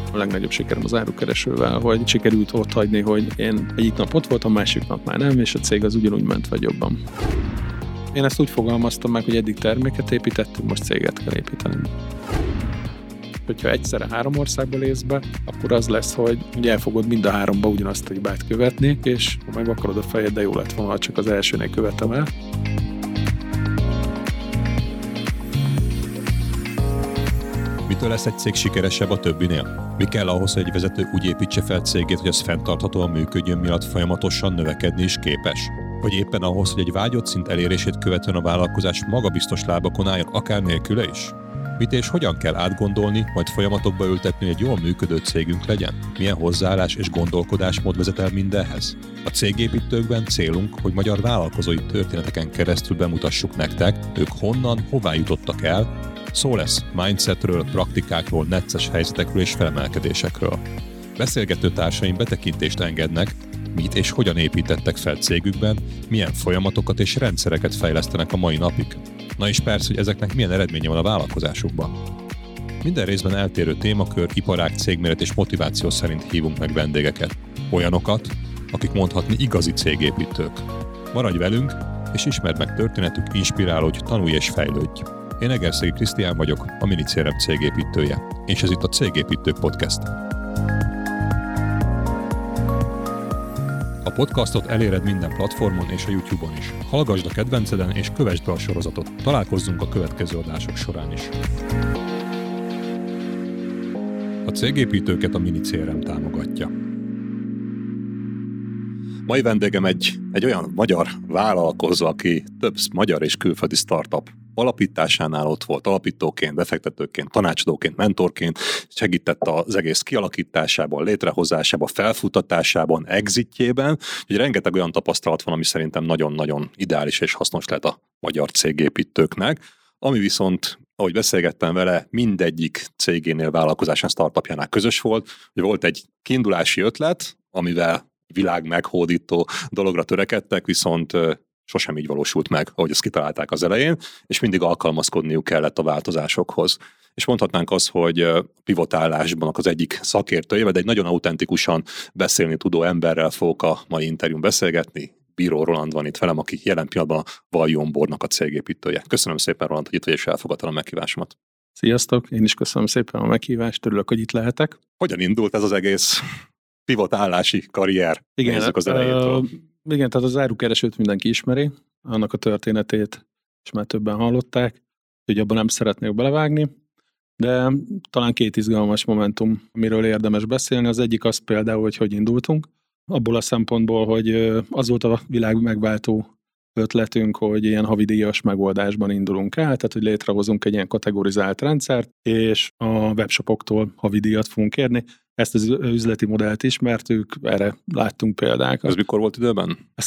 A legnagyobb sikerem az árukeresővel, hogy sikerült ott hagyni, hogy én egyik nap ott voltam, másik nap már nem, és a cég az ugyanúgy ment vagy jobban. Én ezt úgy fogalmaztam meg, hogy eddig terméket építettünk, most céget kell építeni. Hogyha egyszerre 3 országba lész be, akkor az lesz, hogy el fogod mind a 3-ba ugyanazt a hibát követni, és ha meg akarod a fejed, de jó lett volna, csak az elsőnél követem el. Mitől lesz egy cég sikeresebb a többinél? Mi kell ahhoz, hogy egy vezető úgy építse fel cégét, hogy az fenntarthatóan működjön, miatt folyamatosan növekedni is képes? Vagy éppen ahhoz, hogy egy vágyott szint elérését követően a vállalkozás magabiztos lábakon álljon, akár nélküle is? Mit és hogyan kell átgondolni, majd folyamatokba ültetni, hogy egy jól működő cégünk legyen? Milyen hozzáállás és gondolkodásmód vezet el mindenhez? A cégépítőkben célunk, hogy magyar vállalkozói történeteken keresztül bemutassuk nektek, ők honnan, hová jutottak el. Szó lesz mindsetről, praktikákról, necces helyzetekről és felemelkedésekről. Beszélgető társaim betekintést engednek, mit és hogyan építettek fel cégükben, milyen folyamatokat és rendszereket fejlesztenek a mai napig. Na és persze, hogy ezeknek milyen eredménye van a vállalkozásukban. Minden részben eltérő témakör, iparág, cégméret és motiváció szerint hívunk meg vendégeket. Olyanokat, akik mondhatni igazi cégépítők. Maradj velünk, és ismerd meg történetük, inspirálódj, tanulj és fejlődj. Én Egerszegi Krisztián vagyok, a Minicérem cégépítője, és ez itt a Cégépítők Podcast. A podcastot eléred minden platformon és a YouTube-on is. Hallgasd a kedvenceden és kövesd be a sorozatot. Találkozzunk a következő adások során is. A cégépítőket a Minicérem támogatja. Mai vendégem egy olyan magyar vállalkozó, aki több magyar és külföldi startup alapításánál ott volt, alapítóként, befektetőként, tanácsadóként, mentorként, segített az egész kialakításában, létrehozásában, felfutatásában, exitjében, úgyhogy rengeteg olyan tapasztalat van, ami szerintem nagyon-nagyon ideális és hasznos lehet a magyar cégépítőknek, ami viszont, ahogy beszélgettem vele, mindegyik cégénél, vállalkozásán, startupjánál közös volt, hogy volt egy kiindulási ötlet, amivel világ meghódító dologra törekedtek, viszont sosem így valósult meg, ahogy ezt kitalálták az elején, és mindig alkalmazkodniuk kellett a változásokhoz. És mondhatnánk azt, hogy pivotállásban az egyik szakértője, de egy nagyon autentikusan beszélni tudó emberrel fogok a mai interjún beszélgetni. Bíró Roland van itt velem, aki jelen pillanatban a Valjon Boardnak a cégépítője. Köszönöm szépen, Roland, hogy itt vagy és elfogadtad a meghívásomat. Sziasztok, én is köszönöm szépen a meghívást, örülök, hogy itt lehetek. Hogyan indult ez az egész pivotállási karrier? Igen, nézzük az elejétől. Igen, tehát az árukeresőt mindenki ismeri, annak a történetét és már többen hallották, hogy abban nem szeretnék belevágni, de talán 2 izgalmas momentum, amiről érdemes beszélni. Az egyik az például, hogy indultunk, abból a szempontból, hogy az volt a világ megváltó ötletünk, hogy ilyen havidíjas megoldásban indulunk el, tehát hogy létrehozunk egy ilyen kategorizált rendszert, és a webshopoktól havidíjat fogunk kérni. Ezt az üzleti modellt ismertük, erre láttunk példákat. Ez mikor volt időben? Ez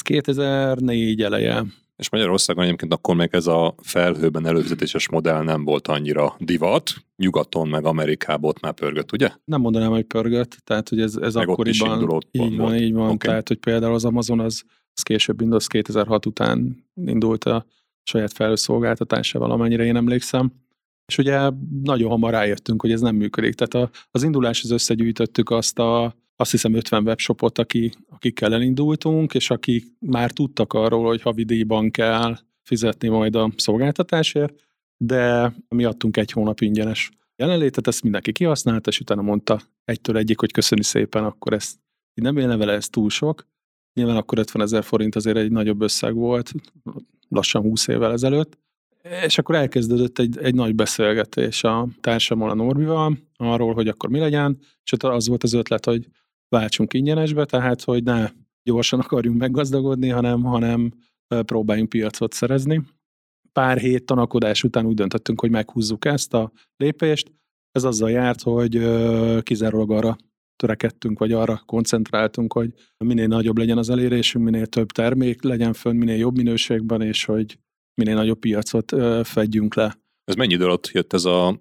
2004 eleje. És Magyarországon egyébként akkor még ez a felhőben előfizetéses modell nem volt annyira divat, nyugaton meg Amerikában ott már pörgött, ugye? Nem mondanám, hogy pörgött, tehát hogy ez akkoriban így van, okay. Tehát hogy például az Amazon az később Windows 2006 után indult a saját felhőszolgáltatásával, amennyire én emlékszem. És ugye nagyon hamar rájöttünk, hogy ez nem működik. Tehát az induláshoz összegyűjtöttük azt hiszem 50 webshopot, akikkel elindultunk, és akik már tudtak arról, hogy havidíjban kell fizetni majd a szolgáltatásért, de mi adtunk 1 hónap ingyenes jelenlétet, ezt mindenki kihasználta, és utána mondta egytől egyik, hogy köszöni szépen, akkor ezt nem élne vele, ez túl sok. Nyilván akkor 50 000 forint azért egy nagyobb összeg volt, lassan 20 évvel ezelőtt. És akkor elkezdődött egy nagy beszélgetés a társammal, a Norbival, arról, hogy akkor mi legyen, és az volt az ötlet, hogy váltsunk ingyenesbe, tehát, hogy ne gyorsan akarjunk meggazdagodni, hanem próbáljunk piacot szerezni. Pár hét tanakodás után úgy döntöttünk, hogy meghúzzuk ezt a lépést. Ez azzal járt, hogy kizárólag arra törekedtünk, vagy arra koncentráltunk, hogy minél nagyobb legyen az elérésünk, minél több termék legyen fönn, minél jobb minőségben, és hogy minél nagyobb piacot fedjünk le. Ez mennyi idő alatt jött ez a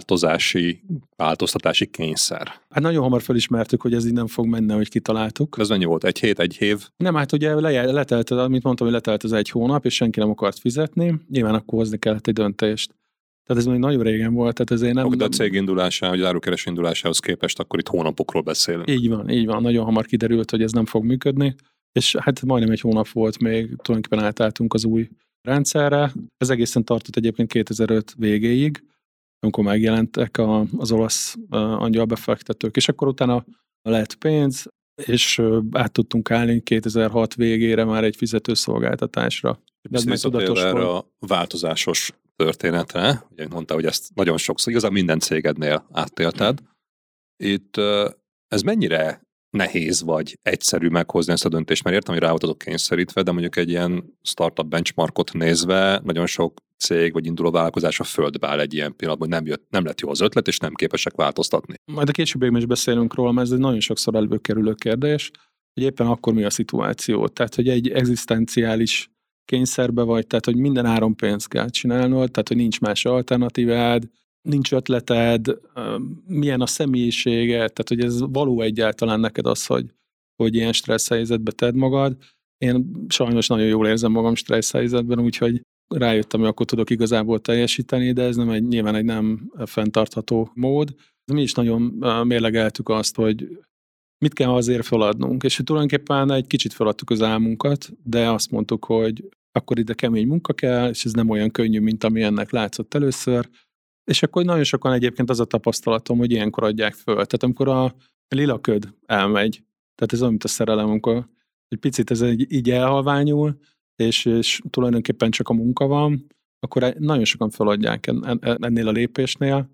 változtatási kényszer? Hát nagyon hamar felismertük, hogy ez így nem fog menni, hogy kitaláltuk. Ez mennyi volt? 1 hét, 1 év? Nem, hát ugye letelt, amit mondtam, hogy letelt az 1 hónap, és senki nem akart fizetni. Nyilván akkor hozni kellett egy döntést. Tehát ez még nagyon régen volt, tehát ezért nem... De a cég indulásához, vagy árukereső indulásához képest akkor itt hónapokról beszélünk. Így van. Nagyon hamar kiderült, hogy ez nem fog működni, és hát majdnem egy hónap volt még, tulajdonképpen átálltunk az új rendszerre. Ez egészen tartott egyébként 2005 végéig, amikor megjelentek az olasz angyalbefektetők, és akkor utána lett pénz, és át tudtunk állni 2006 végére már egy fizetőszolgáltatásra. De ez tudatos erre a változásos történetre, ugye mondta, hogy ezt nagyon sokszor, igazán minden cégednél átélted. Itt ez mennyire nehéz vagy egyszerű meghozni ezt a döntést, mert értem, hogy rá voltatok kényszerítve, de mondjuk egy ilyen startup benchmarkot nézve nagyon sok cég vagy induló vállalkozás a földbe áll egy ilyen pillanatban, hogy nem lett jó az ötlet, és nem képesek változtatni. Majd a későbbiekben is beszélünk róla, mert ez egy nagyon sokszor előkerülő kérdés, hogy éppen akkor mi a szituáció. Tehát, hogy egy egzisztenciális kényszerbe vagy, tehát, hogy minden áron pénzt kell csinálnod, tehát, hogy nincs más alternatívád, nincs ötleted, milyen a személyiséged, tehát, hogy ez való egyáltalán neked az, hogy ilyen stressz helyzetbe tedd magad. Én sajnos nagyon jól érzem magam stressz helyzetben, úgyhogy rájöttem, hogy akkor tudok igazából teljesíteni, de ez nyilván egy nem fenntartható mód. Mi is nagyon mérlegeltük azt, hogy mit kell azért feladnunk, és tulajdonképpen egy kicsit feladtuk az álmunkat, de azt mondtuk, hogy akkor ide kemény munka kell, és ez nem olyan könnyű, mint ami ennek látszott először, és akkor nagyon sokan egyébként az a tapasztalatom, hogy ilyenkor adják föl. Tehát amikor a lila köd elmegy, tehát ez olyan, mint a szerelem, amikor egy picit ez így elhalványul, és tulajdonképpen csak a munka van, akkor nagyon sokan feladják ennél a lépésnél.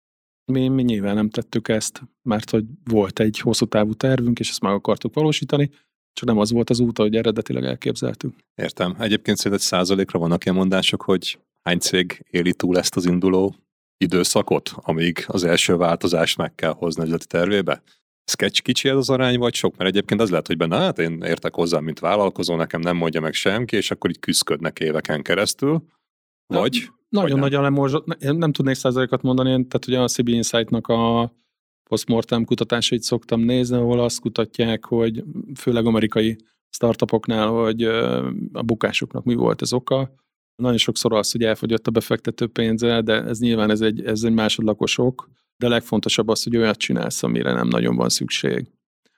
Mi nyilván nem tettük ezt, mert hogy volt egy hosszú távú tervünk, és ezt meg akartuk valósítani, csak nem az volt az út, ahogy eredetileg elképzeltük. Értem. Egyébként szerinted 100%-ra vannak ilyen mondások, hogy hány cég éli túl ezt az induló időszakot, amíg az első változást meg kell hozni az üzleti tervébe? Ez kicsi ez az arány, vagy sok? Mert egyébként az lehet, hogy benne, hát én értek hozzá, mint vállalkozó, nekem nem mondja meg senki, és akkor így küszködnek éveken keresztül. Vagy? Nagyon nagy a lemorzsot. Nem tudnék 100%-at mondani, tehát ugye a CB Insight-nak a postmortem kutatásait szoktam nézni, ahol azt kutatják, hogy főleg amerikai startupoknál, hogy a bukásuknak mi volt az oka. Nagyon sokszor az, hogy elfogyott a befektető pénze, de ez nyilván ez egy másodlagos ok, de a legfontosabb az, hogy olyat csinálsz, amire nem nagyon van szükség.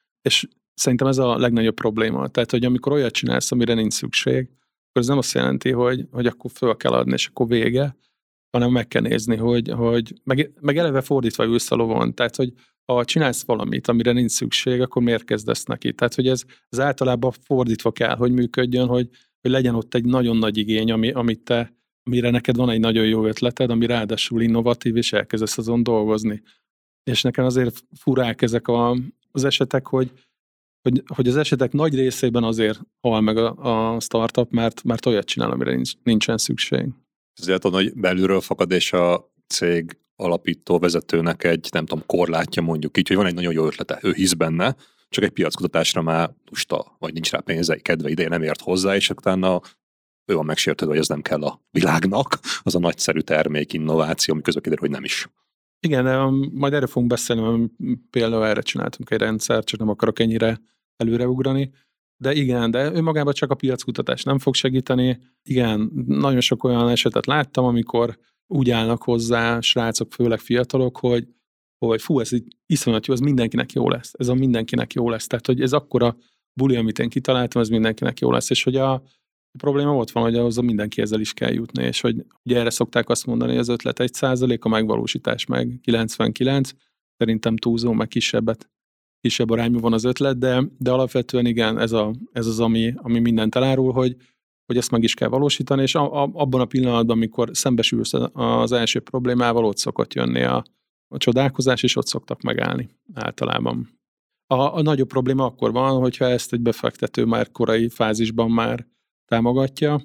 És szerintem ez a legnagyobb probléma. Tehát, hogy amikor olyat csinálsz, amire nincs szükség, akkor ez nem azt jelenti, hogy akkor föl kell adni, és akkor vége, hanem meg kell nézni, hogy meg eleve fordítva ülsz a lovon. Tehát, hogy ha csinálsz valamit, amire nincs szükség, akkor miért kezdesz neki? Tehát, hogy ez általában fordítva kell, hogy működjön, hogy legyen ott egy nagyon nagy igény, amire neked van egy nagyon jó ötleted, ami ráadásul innovatív, és elkezdesz azon dolgozni. És nekem azért furák ezek az esetek, hogy az esetek nagy részében azért hal meg a startup, mert olyat csinál, amire nincsen szükség. Ezért tudom, hogy belülről fakad, és a cég alapító vezetőnek egy, nem tudom, korlátja mondjuk így, hogy van egy nagyon jó ötlete, ő hisz benne, csak egy piackutatásra már lusta, vagy nincs rá pénze, kedve, ideje nem ért hozzá, és utána ő van megsértődve, hogy ez nem kell a világnak, az a nagyszerű termék, innováció, ami közben kiderül, hogy nem is. Igen, de majd erre fogunk beszélni, például erre csináltunk egy rendszer, csak nem akarok ennyire előreugrani. De igen, de önmagában csak a piackutatás nem fog segíteni. Igen, nagyon sok olyan esetet láttam, amikor úgy állnak hozzá srácok, főleg fiatalok, hogy fú, ez így iszonyat jó, ez mindenkinek jó lesz. Ez a mindenkinek jó lesz. Tehát, hogy ez akkora buli, amit én kitaláltam, ez mindenkinek jó lesz. És hogy a probléma ott van, hogy ahhoz mindenki ezzel is kell jutni, és hogy ugye erre szokták azt mondani, hogy az ötlet 1%, a megvalósítás meg 99, szerintem túlzó, meg kisebb arányban van az ötlet, de alapvetően igen, ez az, ami mindent elárul, hogy ezt meg is kell valósítani, és abban a pillanatban, amikor szembesülsz az első problémával, ott szokott jönni a csodálkozás, és ott szoktak megállni általában. A nagyobb probléma akkor van, hogyha ezt egy befektető már korai fázisban már támogatja,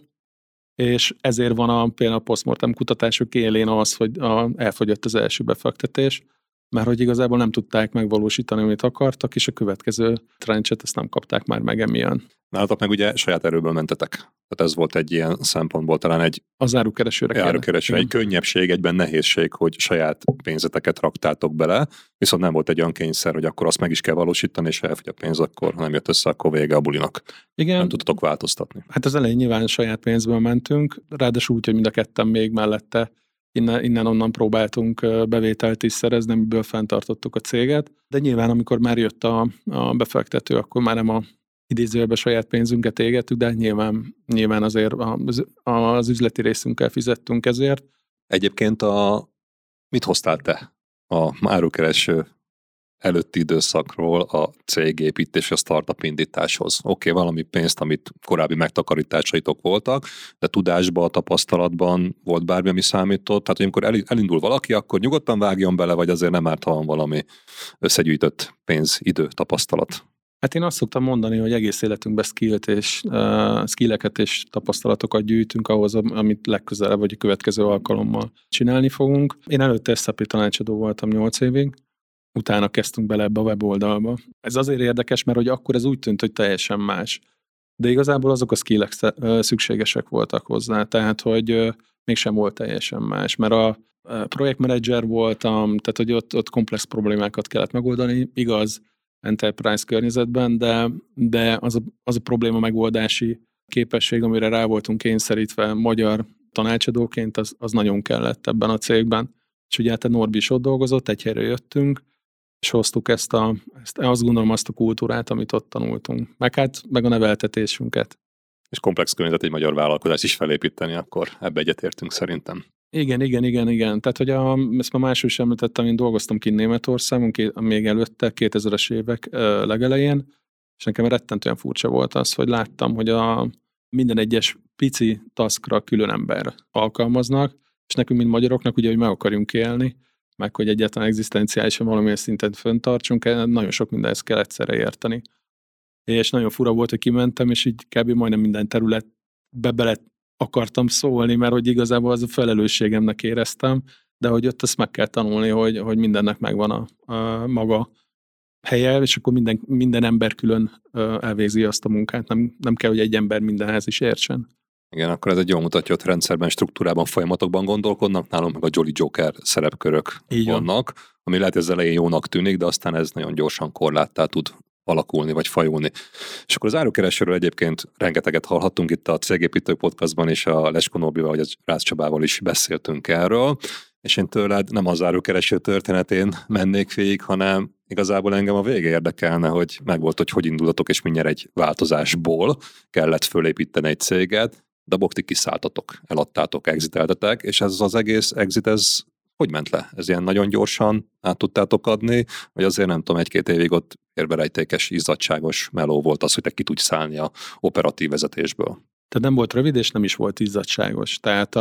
és ezért van például a postmortem kutatások élén az, hogy elfogyott az első befektetés, mert hogy igazából nem tudták megvalósítani, amit akartak, és a következő trencset ezt nem kapták már meg emiatt. Nálatok meg ugye saját erőből mentetek. Tehát ez volt egy ilyen szempontból talán egy... Az árukeresőre egy könnyebbség, egyben nehézség, hogy saját pénzeteket raktátok bele, viszont nem volt egy olyan kényszer, hogy akkor azt meg is kell valósítani, és ha elfogy a pénz, akkor nem jött össze, akkor vége a bulinak. Igen. Nem tudtatok változtatni. Hát az elején nyilván saját pénzből mentünk, ráadásul úgy, hogy mind a ketten még mellette Innen-onnan próbáltunk bevételt is szerezni, amiből fenntartottuk a céget, de nyilván amikor már jött a befektető, akkor már nem a idézőjelben saját pénzünket égettük, de nyilván azért az üzleti részünkkel fizettünk ezért. Egyébként mit hoztál te a árukereső előtti időszakról a cégépítés, a startup indításhoz? Oké, valami pénzt, amit korábbi megtakarításaitok voltak, de tudásban, tapasztalatban volt bármi, ami számított? Tehát, hogy amikor elindul valaki, akkor nyugodtan vágjon bele, vagy azért nem árt, ha van valami összegyűjtött pénz, idő, tapasztalat? Hát én azt szoktam mondani, hogy egész életünkben skilleket és tapasztalatokat gyűjtünk ahhoz, amit legközelebb vagy a következő alkalommal csinálni fogunk. Én előtte SAP tanácsadó voltam 8 évig, utána kezdtünk bele ebbe a weboldalba. Ez azért érdekes, mert hogy akkor ez úgy tűnt, hogy teljesen más. De igazából azok a skillek szükségesek voltak hozzá, tehát hogy mégsem volt teljesen más, mert a projektmenedzser voltam, tehát hogy ott komplex problémákat kellett megoldani, igaz, enterprise környezetben, de az a probléma megoldási képesség, amire rá voltunk kényszerítve magyar tanácsadóként, az nagyon kellett ebben a cégben. És ugye hát a Norbi is ott dolgozott, egy helyre jöttünk, és hoztuk ezt azt gondolom azt a kultúrát, amit ott tanultunk. Meg a neveltetésünket. És komplex környezet egy magyar vállalkozás is felépíteni, akkor ebbe egyetértünk szerintem. Igen. Tehát, hogy ezt már máshol is említettem, én dolgoztam ki Németországon, még előtte, 2000-es évek legelején, és nekem rettentően furcsa volt az, hogy láttam, hogy minden egyes pici taskra külön ember alkalmaznak, és nekünk, mint magyaroknak, ugye, hogy meg akarjunk élni, meg hogy egyáltalán egzisztenciálisan valamilyen szinten föntartsunk, nagyon sok mindenhez kell egyszerre érteni. És nagyon fura volt, hogy kimentem, és így kb. Majdnem minden területbe bele akartam szólni, mert hogy igazából az a felelősségemnek éreztem, de hogy ott ezt meg kell tanulni, hogy mindennek megvan a maga helye, és akkor minden ember külön elvégzi azt a munkát, nem kell, hogy egy ember mindenhez is értsen. Igen, akkor ez egy jól mutatja, hogy rendszerben, struktúrában, folyamatokban gondolkodnak, nálunk meg a Jolly Joker szerepkörök vannak, ami lehet az elején jónak tűnik, de aztán ez nagyon gyorsan korláttá tud alakulni, vagy fajulni. És akkor az árukeresőről egyébként rengeteget hallhattunk itt a Cégépítő Podcastban, és a Lesko Norbival, vagy a Rácz Csabával is beszéltünk erről, és én tőled nem az árukereső történetén mennék végig, hanem igazából engem a vége érdekelne, hogy megvolt, hogy indulatok, és mindjárt egy változásból kellett fölépíteni egy céget, de ti kiszálltatok, eladtátok, exiteltetek, és ez az egész exit, ez hogy ment le? Ez ilyen nagyon gyorsan át tudtátok adni, vagy azért nem tudom, 1-2 évig ott érberejtékes, izzadságos meló volt az, hogy te ki tudj szállni a operatív vezetésből? Tehát nem volt rövid, és nem is volt izzadságos. Tehát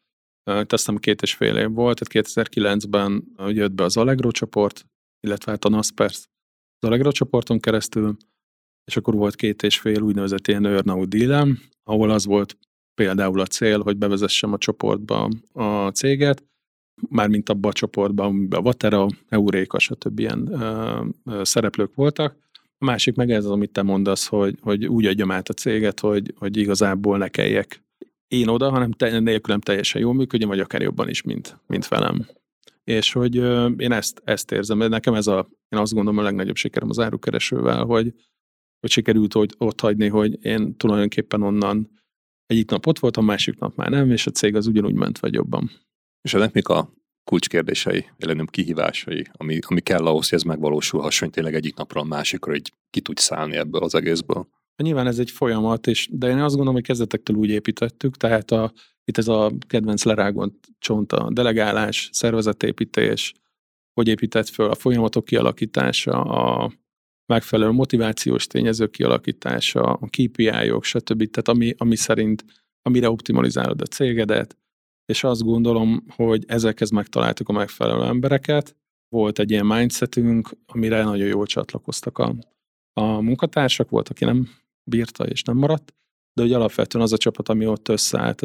azt hiszem 2,5 év volt, tehát 2009-ben jött be az Allegro csoport, illetve hát a Naspers az Allegro csoporton keresztül, és akkor volt 2,5 úgynevezett ilyen earn-out dealem, ahol az volt például a cél, hogy bevezessem a csoportba a céget, mármint abban a csoportban, amiben a Vatera, Euréka, stb. Ilyen szereplők voltak. A másik meg ez az, amit te mondasz, hogy úgy adjam át a céget, hogy igazából ne kelljek én oda, hanem nélkülem teljesen jól működjön, vagy akár jobban is, mint velem. És hogy én ezt érzem, de nekem én azt gondolom a legnagyobb sikerem az árukeresővel, hogy sikerült ott hagyni, hogy én tulajdonképpen onnan egyik nap ott voltam, másik nap már nem, és a cég az ugyanúgy ment, vagy jobban. És ennek mik a kulcskérdései, illetve kihívásai, ami kell ahhoz, hogy ez megvalósulhasson, hogy tényleg egyik napról a másikra így ki tudj szállni ebből az egészből? Nyilván ez egy folyamat, de én azt gondolom, hogy kezdetektől úgy építettük, tehát itt ez a kedvenc lerágott csont, a delegálás, szervezetépítés, hogy épített föl a folyamatok kialakítása, a megfelelő motivációs tényezők kialakítása, a KPI-ok, stb. Tehát ami szerint, amire optimalizálod a cégedet, és azt gondolom, hogy ezekhez megtaláltuk a megfelelő embereket. Volt egy ilyen mindsetünk, amire nagyon jól csatlakoztak a munkatársak, volt, aki nem bírta és nem maradt, de hogy alapvetően az a csapat, ami ott összeállt,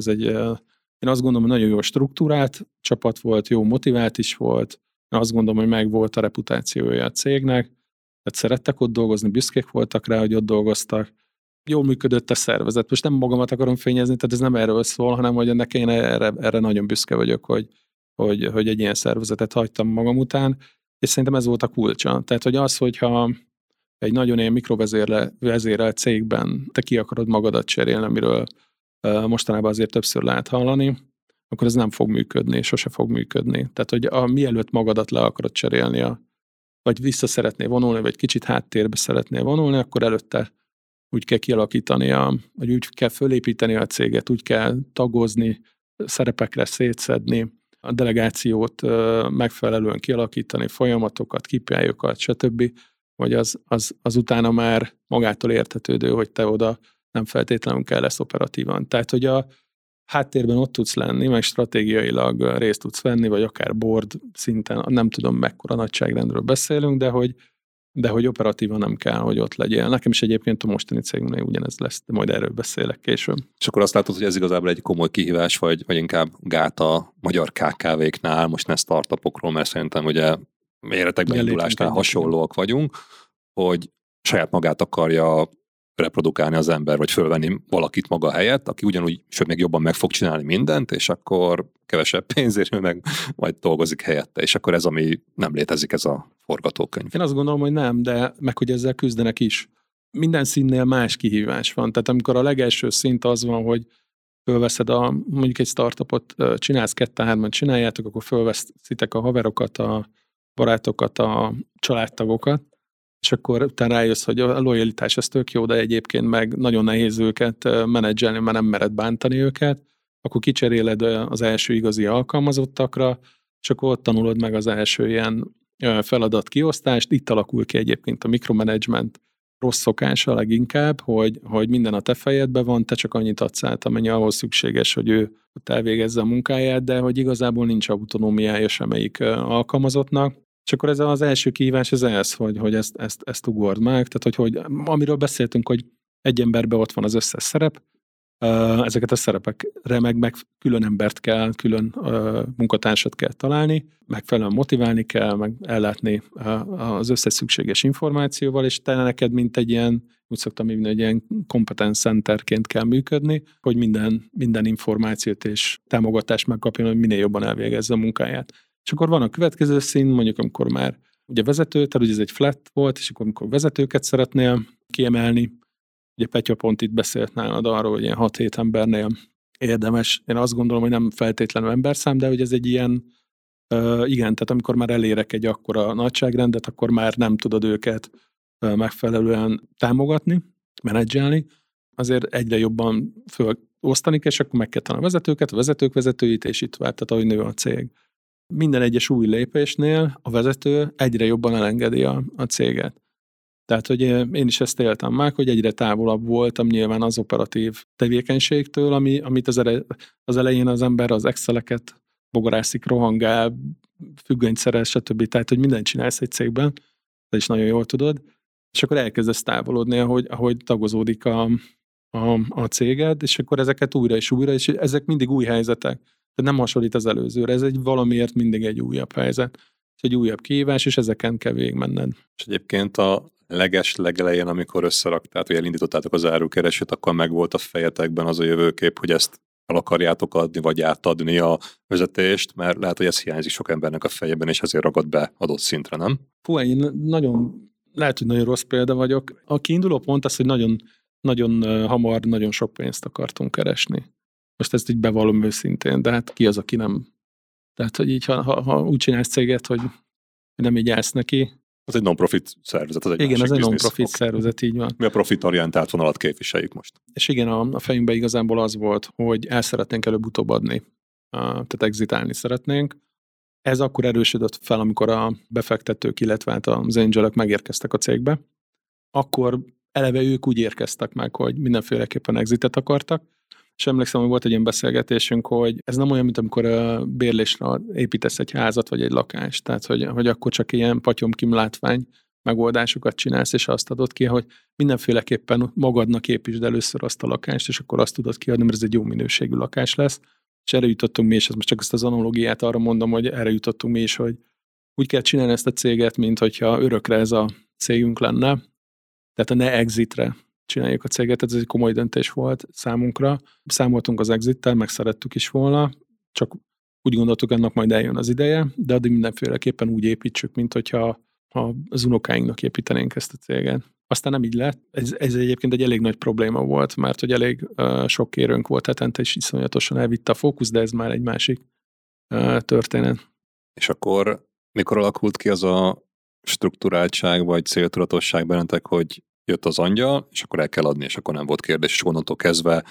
én azt gondolom, hogy nagyon jó struktúrált csapat volt, jó motivált is volt, én azt gondolom, hogy meg volt a reputációja a cégnek, tehát szerettek ott dolgozni, büszkék voltak rá, hogy ott dolgoztak, jól működött a szervezet. Most nem magamat akarom fényezni, tehát ez nem erről szól, hanem hogy ennek én erre nagyon büszke vagyok, hogy egy ilyen szervezetet hagytam magam után, és szerintem ez volt a kulcsa. Tehát, hogy az, hogyha egy nagyon ilyen mikrovezérelt cégben te ki akarod magadat cserélni, amiről mostanában azért többször lehet hallani, akkor ez nem fog működni, sose fog működni. Tehát, hogy mielőtt magadat le akarod cserélni, vagy vissza szeretnél vonulni, vagy kicsit háttérbe szeretnél vonulni, akkor előtte úgy kell kialakítani, vagy úgy kell fölépíteni a céget, úgy kell tagozni, szerepekre szétszedni, a delegációt megfelelően kialakítani, folyamatokat, KPI-okat, stb., hogy az utána már magától értetődő, hogy te oda nem feltétlenül kell lesz operatívan. Tehát, hogy a háttérben ott tudsz lenni, meg stratégiailag részt tudsz venni, vagy akár board szinten, nem tudom mekkora nagyságrendről beszélünk, de hogy operatívan nem kell, hogy ott legyél. Nekem is egyébként a mostani cégnél ugyanez lesz, de majd erről beszélek később. És akkor azt látod, hogy ez igazából egy komoly kihívás, vagy inkább gát a magyar KKV-knál, most ne startupokról, mert szerintem ugye méretekben indulásnál hasonlóak vagyunk, hogy saját magát akarja reprodukálni az ember, vagy fölvenni valakit maga helyett, aki ugyanúgy, sőt még jobban meg fog csinálni mindent, és akkor kevesebb pénzért meg majd dolgozik helyette, és akkor ez, ami nem létezik, ez a forgatókönyv. Én azt gondolom, hogy nem, de meg hogy ezzel küzdenek is. Minden színnél más kihívás van. Tehát amikor a legelső szint az van, hogy fölveszed mondjuk egy startupot, csinálsz 2-3-an csináljátok, akkor fölveszitek a haverokat, a barátokat, a családtagokat, és akkor utána rájössz, hogy a lojalitás az tök jó, de egyébként meg nagyon nehéz őket menedzselni, mert nem mered bántani őket, akkor kicseréled az első igazi alkalmazottakra, és akkor ott tanulod meg az első ilyen feladatkiosztást. Itt alakul ki egyébként a mikromanagement rossz szokása leginkább, hogy minden a te fejedben van, te csak annyit adsz át, amennyi ahhoz szükséges, hogy ő ott elvégezze a munkáját, de hogy igazából nincs autonómiája semmelyik alkalmazottnak. És akkor ez az első kihívás ez, hogy ezt ugord meg, tehát hogy amiről beszéltünk, hogy egy emberben ott van az összes szerep, ezeket a szerepekre meg külön embert kell, külön munkatársat kell találni, megfelelően motiválni kell, meg ellátni az összes szükséges információval, és te neked, mint egy ilyen, úgy szoktam hívni, egy ilyen competence centerként kell működni, hogy minden információt és támogatást megkapjon, hogy minél jobban elvégezze a munkáját. És akkor van a következő szín, mondjuk amikor már ugye vezető, tehát ugye ez egy flat volt, és akkor amikor vezetőket szeretnél kiemelni, ugye Petya pont itt beszélt nálad arról, hogy ilyen 6-7 embernél érdemes. Én azt gondolom, hogy nem feltétlenül emberszám, de hogy ez egy ilyen, igen, tehát amikor már elérek egy akkora nagyságrendet, akkor már nem tudod őket megfelelően támogatni, menedzselni, azért egyre jobban fölosztani kell, és akkor meg kell találni a vezetőket, a vezetők vezetőit, és itt vált, tehát ahogy nő a cég. Minden egyes új lépésnél a vezető egyre jobban elengedi a céget. Tehát, hogy én is ezt éltem meg, hogy egyre távolabb voltam nyilván az operatív tevékenységtől, amit az elején az ember az Exceleket bogarászik, rohangál, függönyt szerez, stb. Tehát, hogy mindent csinálsz egy cégben, de is nagyon jól tudod, és akkor elkezdesz távolodni, ahogy tagozódik a céged, és akkor ezeket újra, és ezek mindig új helyzetek. Tehát nem hasonlít az előzőre, ez valamiért mindig egy újabb helyzet, egy újabb kihívás, és ezeken kell végigmenned. És egyébként a legelején, amikor összeraktátok, vagy elindítottátok az árukeresőt, akkor megvolt a fejetekben az a jövőkép, hogy ezt el akarjátok adni, vagy átadni a vezetést, mert lehet, hogy ez hiányzik sok embernek a fejében, és ezért ragad be adott szintre, nem? Én lehet, hogy nagyon rossz példa vagyok. A kiinduló pont az, hogy nagyon, nagyon hamar, nagyon sok pénzt akartunk keresni. Most ezt így bevallom őszintén, de hát ki az, aki nem. Tehát, hogy így, ha úgy csinálsz céget, hogy nem így állsz neki. Az egy non-profit szervezet, az egy igen, másik az egy business. non-profit szervezet, így van. Mi a profitorientált vonalat képviseljük most? És igen, a fejünkben igazából az volt, hogy el szeretnénk előbb-utóbb adni, tehát exitálni szeretnénk. Ez akkor erősödött fel, amikor a befektetők, illetve az angelek megérkeztek a cégbe. Akkor eleve ők úgy érkeztek meg, hogy mindenféleképpen exitet akartak, és emlékszem, hogy volt egy ilyen beszélgetésünk, hogy ez nem olyan, mint amikor bérlésre építesz egy házat, vagy egy lakást, tehát hogy akkor csak ilyen patyomkim látvány megoldásokat csinálsz, és azt adod ki, hogy mindenféleképpen magadnak építsd először azt a lakást, és akkor azt tudod kiadni, mert ez egy jó minőségű lakás lesz. És erre jutottunk mi is, ez most csak ezt az analógiát arra mondom, hogy erre jutottunk mi is, hogy úgy kell csinálni ezt a céget, mint hogyha örökre ez a cégünk lenne, tehát a ne exitre csináljuk a céget, ez egy komoly döntés volt számunkra. Számoltunk az exittel, meg szerettük is volna, csak úgy gondoltuk, annak majd eljön az ideje, de addig mindenféleképpen úgy építsük, mint hogyha az unokáinknak építenénk ezt a céget. Aztán nem így lett. Ez egyébként egy elég nagy probléma volt, mert hogy elég sok kérőnk volt hetente, és iszonyatosan elvitte a fókusz, de ez már egy másik történet. És akkor mikor alakult ki az a strukturáltság vagy céltudatosság bennetek, hogy jött az angyal, és akkor el kell adni, és akkor nem volt kérdés, és onnantól kezdve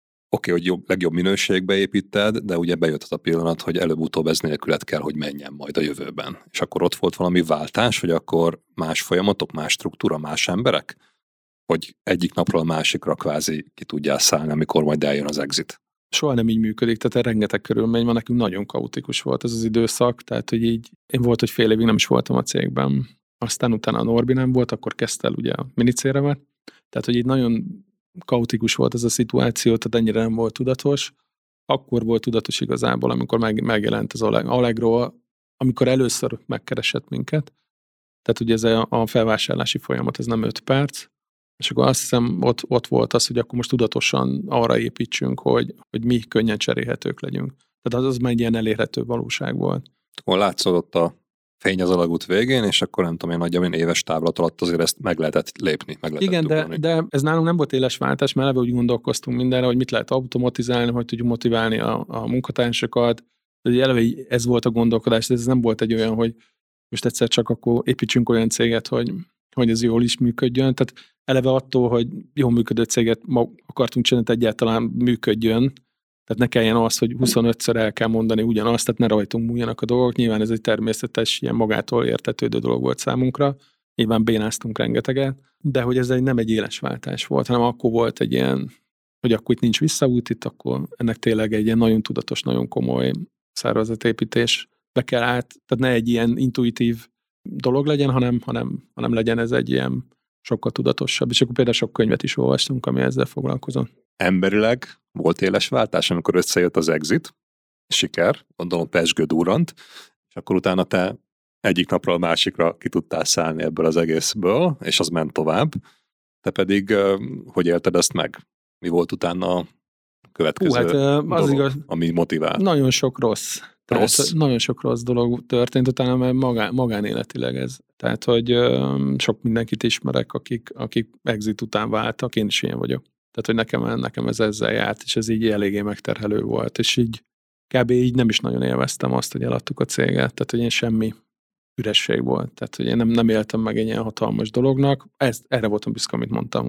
hogy legjobb minőségbe építed, de ugye bejött az a pillanat, hogy előbb-utóbb ez nélkület kell, hogy menjen majd a jövőben. És akkor ott volt valami váltás, hogy akkor más folyamatok, más struktúra, más emberek? Hogy egyik napról a másikra kvázi ki tudjál szállni, amikor majd eljön az exit. Soha nem így működik, tehát rengeteg körülmény van, nekünk nagyon kaotikus volt ez az időszak, tehát hogy így, én volt, hogy fél évig nem is voltam a cégben, aztán utána a Norbi nem volt, akkor kezdte el ugye a minicéremet, tehát hogy így nagyon kaotikus volt ez a szituáció, tehát ennyire nem volt tudatos. Akkor volt tudatos igazából, amikor megjelent az Allegro, amikor először megkeresett minket, tehát ugye ez a felvásárlási folyamat, ez nem 5 perc, és akkor azt hiszem, ott volt az, hogy akkor most tudatosan arra építsünk, hogy mi könnyen cserélhetők legyünk. Tehát az már egy ilyen elérhető valóság volt. Akkor látszódott a fény az alagút végén, és akkor nem tudom én, nagyjából éves távlat alatt azért ezt meg lehetett lépni. Igen, de ez nálunk nem volt éles váltás, mert eleve úgy gondolkoztunk mindenre, hogy mit lehet automatizálni, hogy tudjuk motiválni a munkatársakat. De eleve ez volt a gondolkodás, de ez nem volt egy olyan, hogy most egyszer csak akkor építsünk olyan céget, hogy ez jól is működjön. Tehát eleve attól, hogy jól működő céget akartunk csinálni, egyáltalán működjön. Tehát ne kelljen az, hogy 25-ször el kell mondani ugyanazt, tehát ne rajtunk múljanak a dolgok. Nyilván ez egy természetes, ilyen magától értetődő dolog volt számunkra. Nyilván bénáztunk rengeteget, de hogy ez nem egy éles váltás volt, hanem akkor volt egy ilyen, hogy akkor itt nincs visszaút, itt akkor ennek tényleg egy ilyen nagyon tudatos, nagyon komoly szervezetépítés be kell át. Tehát ne egy ilyen intuitív dolog legyen, hanem legyen ez egy ilyen sokkal tudatosabb. És akkor például sok könyvet is olvastunk, ami ezzel foglalkozott. Emberileg volt éles váltás, amikor összejött az exit, siker, gondolom pezsgő durrant, és akkor utána te egyik napról a másikra ki tudtál szállni ebből az egészből, és az ment tovább. Te pedig hogy élted ezt meg? Mi volt utána a következő dolog, igaz, ami motivált? Nagyon sok rossz. Nagyon sok rossz dolog történt utána, mert magánéletileg ez. Tehát, hogy sok mindenkit ismerek, akik exit után váltak, én is ilyen vagyok. Tehát, hogy nekem ez ezzel járt, és ez így eléggé megterhelő volt, és így kb. Így nem is nagyon élveztem azt, hogy eladtuk a céget, tehát, hogy én semmi üresség volt. Tehát, hogy én nem éltem meg egy ilyen hatalmas dolognak. Erre voltam büszke, amit mondtam,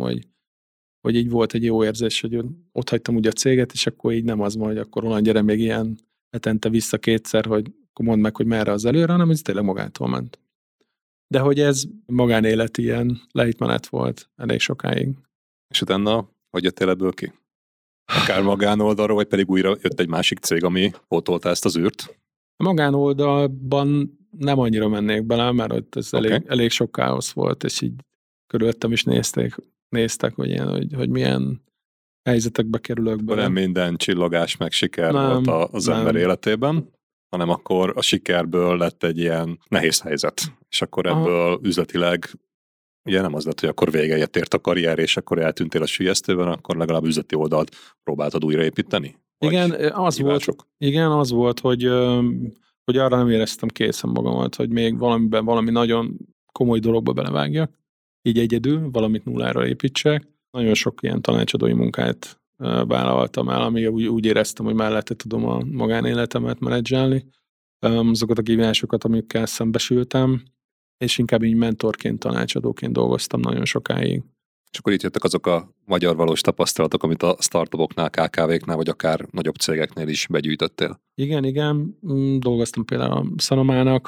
hogy így volt egy jó érzés, hogy ott hagytam ugye a céget, és akkor így nem az van, hogy akkor onnan gyere még ilyen hetente vissza kétszer, hogy akkor mondd meg, hogy merre az előre, hanem ez tényleg magától ment. De hogy ez magánéleti ilyen lejtmenet volt elég sokáig. És utána hogy jöttél ebből ki? Akár magánoldalról, vagy pedig újra jött egy másik cég, ami pótolta ezt az űrt? A magánoldalban nem annyira mennék bele, mert ott ez elég sok káosz volt, és így körülöttem is néztek, hogy milyen helyzetekbe kerülök bele. Nem minden csillogás meg siker volt az ember életében, hanem akkor a sikerből lett egy ilyen nehéz helyzet. És akkor ebből üzletileg ugye nem az lett, hogy akkor véget ért a karrier, és akkor eltűntél a süllyesztőben, akkor legalább üzleti oldalt próbáltad újraépíteni? Igen, az volt, hogy arra nem éreztem készen magamat, hogy még valami nagyon komoly dologba belevágjak, így egyedül, valamit nullára építsek. Nagyon sok ilyen tanácsadói munkát vállaltam el, amíg úgy éreztem, hogy mellette tudom a magánéletemet menedzselni. Azokat a kívásokat, amikkel szembesültem, és inkább így mentorként, tanácsadóként dolgoztam nagyon sokáig. És akkor itt jöttek azok a magyar valós tapasztalatok, amit a startupoknál, KKV-knál, vagy akár nagyobb cégeknél is begyűjtöttél. Igen. Dolgoztam például a Sanomának,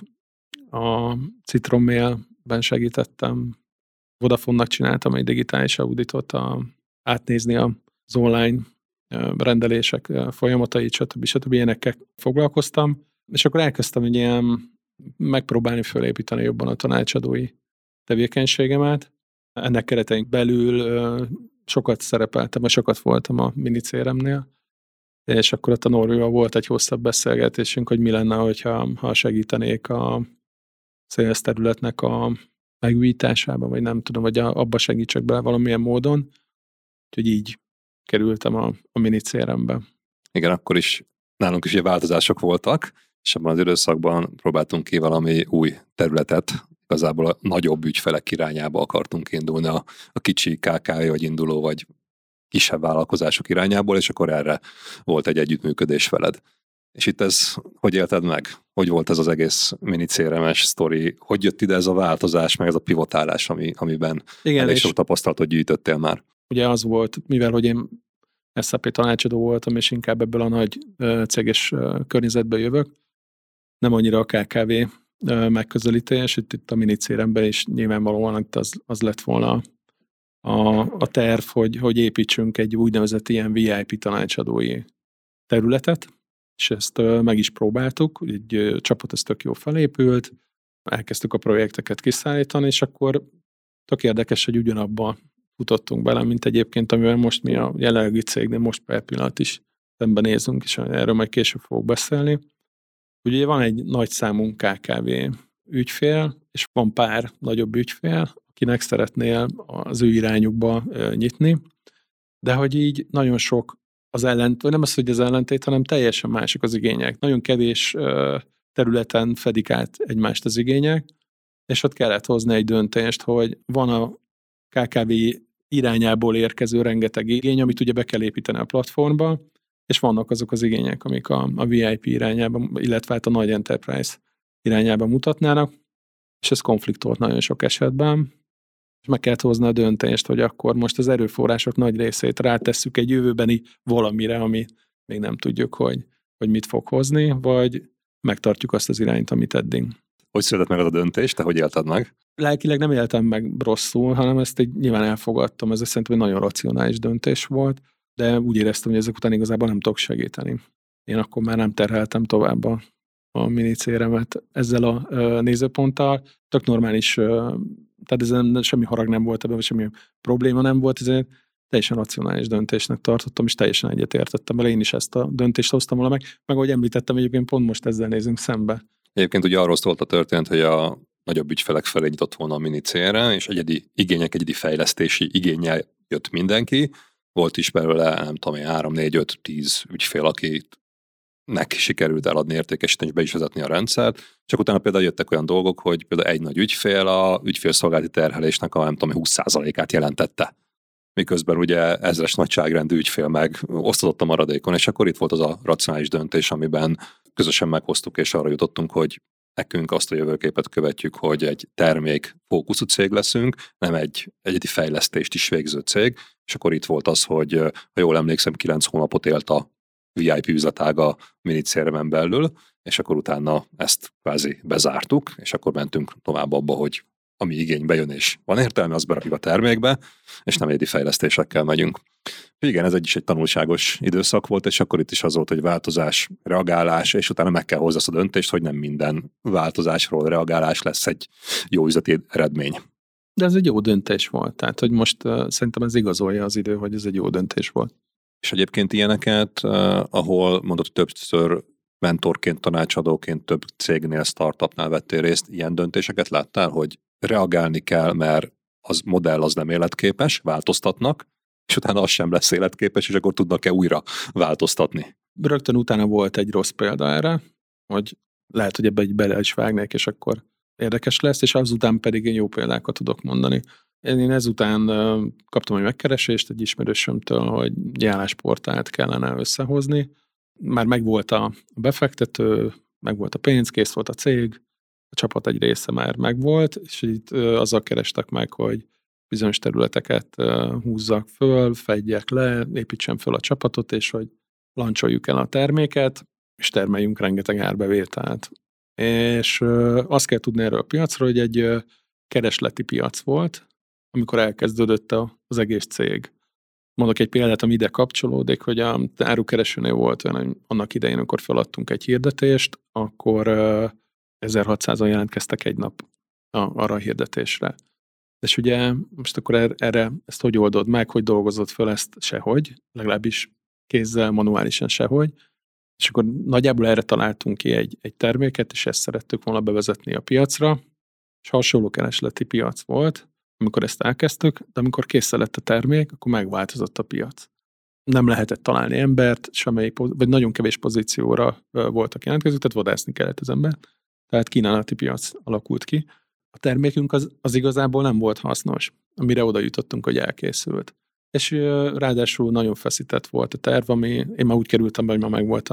a Citronmailben segítettem, Vodafone-nak csináltam egy digitális auditot, átnézni az online rendelések folyamatait, stb. Ilyenekkel foglalkoztam, és akkor elkezdtem egy ilyen megpróbálni fölépíteni jobban a tanácsadói tevékenységemet. Ennek kereteink belül sokat szerepeltem, vagy sokat voltam a minicéremnél, és akkor ott a Norvival volt egy hosszabb beszélgetésünk, hogy mi lenne, ha segítenék a sales területnek a megújításába, vagy nem tudom, vagy abba segítsek bele valamilyen módon. Úgyhogy így kerültem a minicérembe. Igen, akkor is nálunk is változások voltak, és abban az időszakban próbáltunk ki valami új területet, igazából a nagyobb ügyfelek irányába akartunk indulni, a kicsi KKV vagy induló, vagy kisebb vállalkozások irányából, és akkor erre volt egy együttműködés veled. És itt ez, hogy élted meg? Hogy volt ez az egész mini CRM-es sztori? Hogy jött ide ez a változás, meg ez a pivotálás, amiben elég sok tapasztalatot gyűjtöttél már? Ugye az volt, mivel hogy én SAP tanácsadó voltam, és inkább ebből a nagy céges környezetből jövök, nem annyira a KKV megközelítés, itt a mini CRM-ben is nyilvánvalóan itt az lett volna a terv, hogy építsünk egy úgynevezett ilyen VIP tanácsadói területet, és ezt meg is próbáltuk, egy csapat ez tök jó felépült, elkezdtük a projekteket kiszállítani, és akkor tök érdekes, hogy ugyanabba futottunk bele, mint egyébként, amivel most mi a jelenlegi cégnél most per pillanat is szembenézünk, és erről majd később fogok beszélni. Ugye van egy nagy számú KKV ügyfél, és van pár nagyobb ügyfél, akinek szeretnél az ő irányukba nyitni, de hogy így nagyon sok nem az, hogy az ellentét, hanem teljesen másik az igények. Nagyon kevés területen fedik át egymást az igények, és ott kellett hozni egy döntést, hogy van a KKV irányából érkező rengeteg igény, amit ugye be kell építeni a platformba, és vannak azok az igények, amik a VIP irányába, illetve hát a nagy enterprise irányába mutatnának, és ez konfliktolt nagyon sok esetben, és meg kellett hozni a döntést, hogy akkor most az erőforrások nagy részét rátesszük egy jövőbeni valamire, ami még nem tudjuk, hogy mit fog hozni, vagy megtartjuk azt az irányt, amit eddig. Hogy született meg az a döntés? Te hogy élted meg? Lelkileg nem éltem meg rosszul, hanem ezt így nyilván elfogadtam. Ez szerintem egy nagyon racionális döntés volt, de úgy éreztem, hogy ezek után igazából nem tudok segíteni. Én akkor már nem terheltem tovább a mini CRM-et ezzel a nézőponttal. Tök normális, tehát ez semmi harag nem volt ebben, vagy semmi probléma nem volt, ez egy teljesen racionális döntésnek tartottam, és teljesen egyetértettem vele. Én is ezt a döntést hoztam volna meg ahogy említettem, egyébként pont most ezzel nézünk szembe. Egyébként ugye arról szólt a történet, hogy a nagyobb ügyfelek felé nyitott volna a mini CRM, és egyedi igények, egyedi fejlesztési igénnyel jött mindenki. Volt is belőle, nem tudom, 3, 4, 5, 10 ügyfél, akinek sikerült eladni, értékesíteni és be is vezetni a rendszert. Csak utána például jöttek olyan dolgok, hogy például egy nagy ügyfél a ügyfélszolgálati terhelésnek a nem tudom, 20%-át jelentette. Miközben ugye ezres nagyságrendű ügyfél meg osztodott a maradékon, és akkor itt volt az a racionális döntés, amiben közösen meghoztuk, és arra jutottunk, hogy nekünk azt a jövőképet követjük, hogy egy termék fókuszú cég leszünk, nem egy egyedi fejlesztést is végző cég, és akkor itt volt az, hogy ha jól emlékszem, 9 hónapot élt a VIP üzletág a mini CRM-en belül, és akkor utána ezt kvázi bezártuk, és akkor mentünk tovább abba, hogy ami igénybe jön és van értelme, az berakjuk a termékbe, és nem egyedi fejlesztésekkel megyünk. Igen, ez egy tanulságos időszak volt, és akkor itt is az volt, hogy változás, reagálás, és utána meg kell hozni azt a döntést, hogy nem minden változásról reagálás lesz egy jó üzleti eredmény. De ez egy jó döntés volt, tehát hogy most szerintem ez igazolja az idő, hogy ez egy jó döntés volt. És egyébként ilyeneket, ahol mondod, többször mentorként, tanácsadóként több cégnél, startupnál vettél részt, ilyen döntéseket láttál, hogy reagálni kell, mert az modell az nem életképes, változtatnak, és utána az sem lesz életképes, és akkor tudnak-e újra változtatni? Rögtön utána volt egy rossz példa erre, hogy lehet, hogy ebbe egy bele is vágnék, és akkor érdekes lesz, és azután pedig én jó példákat tudok mondani. Én ezután kaptam egy megkeresést egy ismerősömtől, hogy egy állásportált kellene összehozni. Már megvolt a befektető, megvolt a pénz, kész volt a cég, a csapat egy része már megvolt, és itt azzal kerestek meg, hogy bizonyos területeket húzzak föl, fedjek le, építsem föl a csapatot, és hogy lancsoljuk el a terméket, és termeljünk rengeteg árbevételt. És azt kell tudni erről a piacról, hogy egy keresleti piac volt, amikor elkezdődött az egész cég. Mondok egy példát, ami ide kapcsolódik, hogy a árukeresőnél volt olyan, annak idején, amikor feladtunk egy hirdetést, akkor 1600-an jelentkeztek egy nap arra a hirdetésre. És ugye most akkor erre ezt hogy oldod meg, hogy dolgozod föl ezt sehogy, legalábbis kézzel, manuálisan sehogy, és akkor nagyjából erre találtunk ki egy terméket, és ezt szerettük volna bevezetni a piacra, és hasonló keresleti piac volt, amikor ezt elkezdtük, de amikor készen lett a termék, akkor megváltozott a piac. Nem lehetett találni embert, vagy nagyon kevés pozícióra voltak jelentkezők, tehát vadászni kellett az ember. Tehát kínálati piac alakult ki. a termékünk az igazából nem volt hasznos, amire oda jutottunk, hogy elkészült. És ráadásul nagyon feszített volt a terv, ami én már úgy kerültem be, hogy már megvolt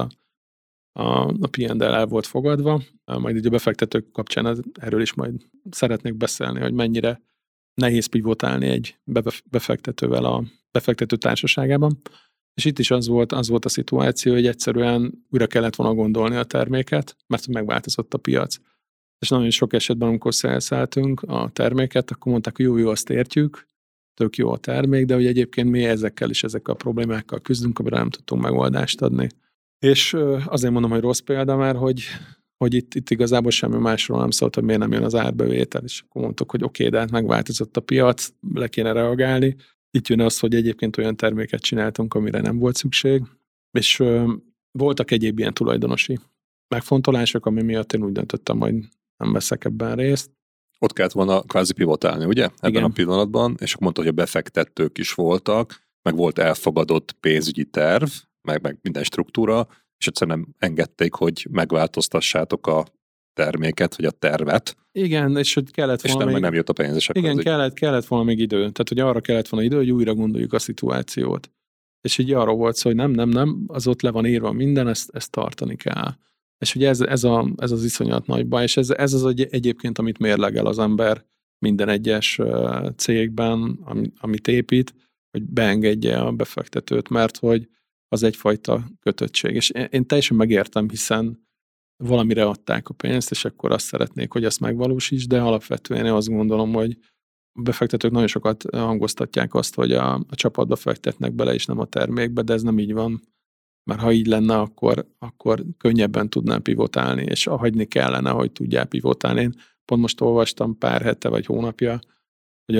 a P&L el volt fogadva, majd így a befektetők kapcsán erről is majd szeretnék beszélni, hogy mennyire nehéz pivotálni egy befektetővel a befektető társaságában. És itt is az volt a szituáció, hogy egyszerűen újra kellett volna gondolni a terméket, mert megváltozott a piac. És nagyon sok esetben, amikor szelszálltunk a terméket, akkor mondták, hogy jó, azt értjük, tök jó a termék, de hogy egyébként mi ezekkel a problémákkal küzdünk, amire nem tudtunk megoldást adni. És azért mondom, hogy rossz példa már, hogy itt igazából semmi másról nem szólt, hogy miért nem jön az árbevétel, és akkor mondtuk, hogy oké, de hát megváltozott a piac, le kéne reagálni. Itt jön az, hogy egyébként olyan terméket csináltunk, amire nem volt szükség, és voltak egyéb ilyen tulajdonosi megfontolások, ami miatt én úgy döntöttem, hogy nem veszek ebben részt. Ott kellett volna kvázi pivotálni, ugye? Ebben igen. A pillanatban, és akkor mondta, hogy a befektetők is voltak, meg volt elfogadott pénzügyi terv, meg minden struktúra, és egyszerűen nem engedték, hogy megváltoztassátok a terméket, vagy a tervet. Igen, és hogy kellett volna és nem jött a pénz. Igen, kellett volna még idő. Tehát, hogy arra kellett volna idő, hogy újra gondoljuk a szituációt. És így arról volt szó, hogy nem, az ott le van írva minden, ezt tartani kell. És ugye ez az iszonyat nagy baj, és ez az egyébként, amit mérlegel az ember minden egyes cégben, amit épít, hogy beengedje a befektetőt, mert hogy az egyfajta kötöttség. És én teljesen megértem, hiszen valamire adták a pénzt, és akkor azt szeretnék, hogy ezt megvalósíts, de alapvetően én azt gondolom, hogy a befektetők nagyon sokat hangoztatják azt, hogy a csapatba fektetnek bele, és nem a termékbe, de ez nem így van. Mert ha így lenne, akkor könnyebben tudnám pivotálni, és hagyni kellene, hogy tudjál pivotálni. Én pont most olvastam pár hete vagy hónapja, hogy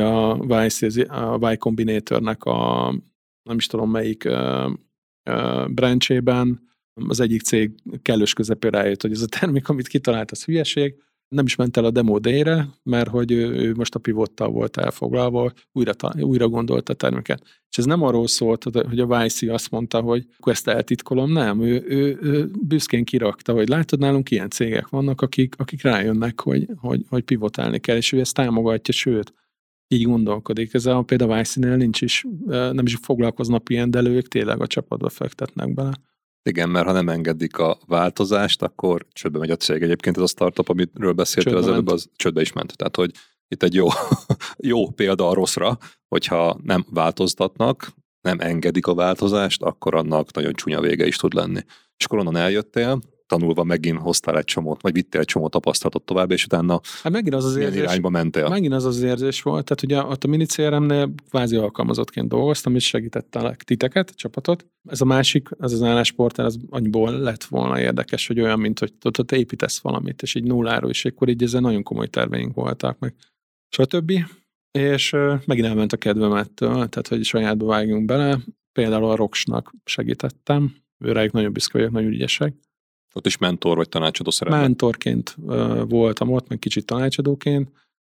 a Y Combinatornek a nem is tudom melyik branchében az egyik cég kellős közepén rájött, hogy ez a termék, amit kitalált, az hülyeség. Nem is ment el a demo day-re, mert hogy ő most a pivottal volt elfoglalva, újra gondolta a terméket. És ez nem arról szólt, hogy a YC azt mondta, hogy akkor ezt eltitkolom, nem. Ő büszkén kirakta, hogy látod, nálunk ilyen cégek vannak, akik rájönnek, hogy pivotálni kell, és ő ezt támogatja, sőt, így gondolkodik. Ez például a YC-nél nem is foglalkoznak P&L-ők, tényleg a csapatba fektetnek bele. Igen, mert ha nem engedik a változást, akkor csődbe megy a cég. Egyébként ez a startup, amiről beszéltél az előbb, az csődbe is ment. Tehát, hogy itt egy jó példa a rosszra, hogyha nem változtatnak, nem engedik a változást, akkor annak nagyon csúnya vége is tud lenni. És akkor onnan eljöttél, tanulva megint hoztál egy csomót, vagy vittél egy csomót tapasztalatot tovább, és utána megint az irányba mentél. Megint az érzés volt, tehát ugye ott a Mini CRM-nél kvázi alkalmazottként dolgoztam, és segítettelek titeket, a csapatot. Ez a másik, az állásportál, az annyiból lett volna érdekes, hogy olyan, mint hogy te építesz valamit, és így nulláról, és akkor így ezzel nagyon komoly terveink voltak meg. Stb. És megint elment a kedvem ettől, tehát hogy sajátba vágjunk bele. Például a Roksnak segítettem, őrájuk nagyon büszke vagyok, nagyon ügyesek. Ott is mentor vagy tanácsadó szerepben? Mentorként voltam ott, meg kicsit tanácsadóként.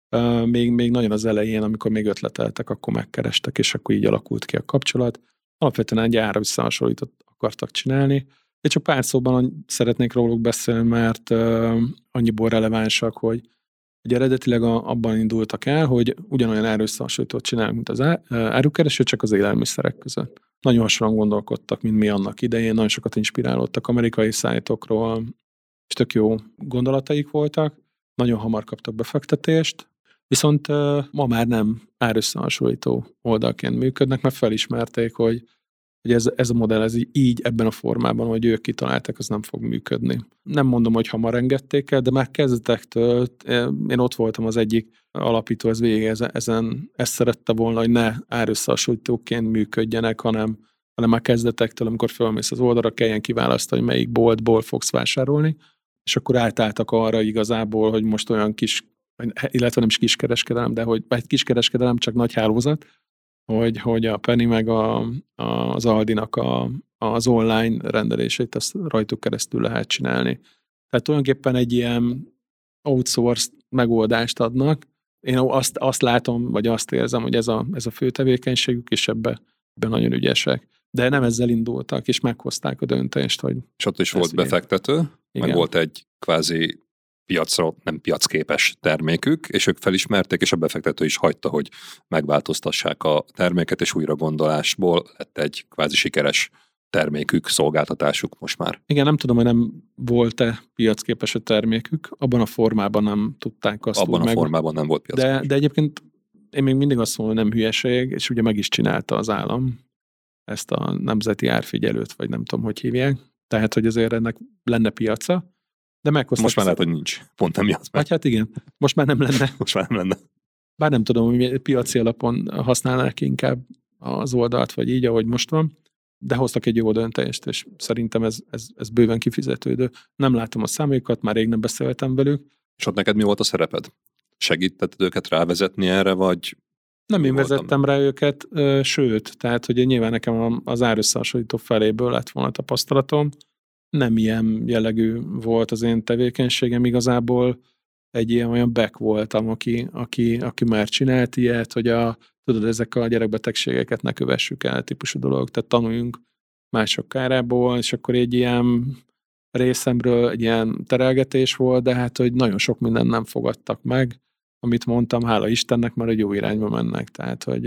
Még nagyon az elején, amikor még ötleteltek, akkor megkerestek, és akkor így alakult ki a kapcsolat. Alapvetően egy ára összehasonlított akartak csinálni. Én csak pár szóban szeretnék róluk beszélni, mert annyiból relevánsak, hogy ugye eredetileg abban indultak el, hogy ugyanolyan árösszehasonlítót csinálunk, mint az árukereső, csak az élelmiszerek között. Nagyon hasonlóan gondolkodtak, mint mi annak idején, nagyon sokat inspirálódtak amerikai szájtokról, és tök jó gondolataik voltak, nagyon hamar kaptak befektetést, viszont ma már nem árösszehasonlító oldalként működnek, mert felismerték, hogy ez a modell ez így ebben a formában, hogy ők kitalálták, az nem fog működni. Nem mondom, hogy hamar engedték el, de már kezdetektől, én ott voltam az egyik alapító, ez végig ezt szerette volna, hogy ne árösszehasonlítóként működjenek, hanem már kezdetektől, amikor fölmész az oldalra, kelljen kiválasztani, hogy melyik boltból fogsz vásárolni, és akkor átálltak arra igazából, hogy most olyan kis, illetve nem is kiskereskedelem, de hogy egy kiskereskedelem, csak nagy hálózat, hogy a Penny meg az Aldinak az online rendelését azt rajtuk keresztül lehet csinálni. Tehát tulajdonképpen egy ilyen outsourced megoldást adnak. Én azt látom, vagy azt érzem, hogy ez a fő tevékenységük, és ebben nagyon ügyesek. De nem ezzel indultak, és meghozták a döntést, hogy... És ott is volt befektető, meg volt egy kvázi piacra nem piacképes termékük, és ők felismerték, és a befektető is hagyta, hogy megváltoztassák a terméket, és újra gondolásból lett egy kvázi sikeres termékük, szolgáltatásuk most már. Igen, nem tudom, hogy nem volt-e piacképes a termékük, abban a formában nem tudták azt abban a formában nem volt piacképes. De egyébként én még mindig azt mondom, hogy nem hülyeség, és ugye meg is csinálta az állam ezt a nemzeti árfigyelőt, vagy nem tudom, hogy hívják. Tehát, hogy azért ennek lenne piaca, de meghoztak... Most már lehet, hogy nincs. Pont emiatt. Vagy hát igen, most már nem lenne. Most már nem lenne. Bár nem tudom, hogy piaci alapon használnák inkább az oldalt, vagy így, ahogy most van, de hoztak egy jó döntést, és szerintem ez bőven kifizetődő. Nem látom a számokat, már rég nem beszéltem velük. És ott neked mi volt a szereped? Segítetted őket rávezetni erre, vagy... Nem én vezettem rá őket, sőt, tehát hogy nyilván nekem az árösszehasonlító feléből lett volna tapasztalatom. Nem ilyen jellegű volt az én tevékenységem, igazából egy ilyen olyan back voltam, aki már csinált ilyet, hogy tudod, ezek a gyerekbetegségeket ne kövessük el típusú dolog, tehát tanuljunk mások kárából, és akkor egy ilyen részemről egy ilyen terelgetés volt, de hát, hogy nagyon sok mindent nem fogadtak meg, amit mondtam, hála Istennek, mert egy jó irányba mennek. Tehát, hogy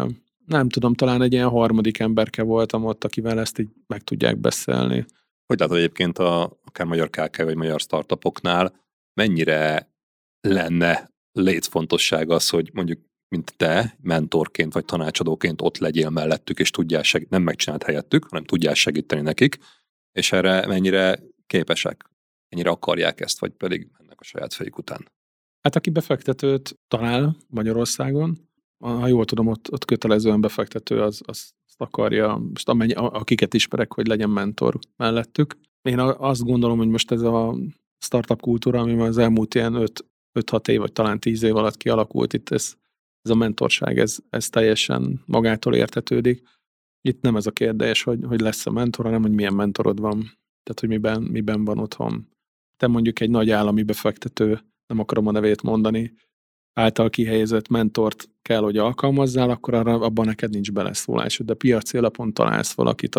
nem tudom, talán egy ilyen harmadik emberke voltam ott, akivel ezt így meg tudják beszélni. Hogy látod egyébként akár magyar KKV vagy magyar startupoknál, mennyire lenne létfontosság az, hogy mondjuk, mint te, mentorként vagy tanácsadóként ott legyél mellettük, és tudjál nem megcsinált helyettük, hanem tudjál segíteni nekik, és erre mennyire képesek, mennyire akarják ezt, vagy pedig mennek a saját fejük után? Hát aki befektetőt talál Magyarországon, ha jól tudom, ott kötelezően befektető azt akarja, most akiket ismerek, hogy legyen mentor mellettük. Én azt gondolom, hogy most ez a startup kultúra, ami az elmúlt ilyen 5-6 év, vagy talán 10 év alatt kialakult, itt ez a mentorság, ez teljesen magától értetődik. Itt nem ez a kérdés, hogy lesz a mentor, hanem hogy milyen mentorod van. Tehát, hogy miben van otthon. Te mondjuk egy nagy állami befektető, nem akarom a nevét mondani, által kihelyezett mentort kell, hogy alkalmazzál, akkor abban neked nincs beleszólásod. De piaci alapon találsz valakit,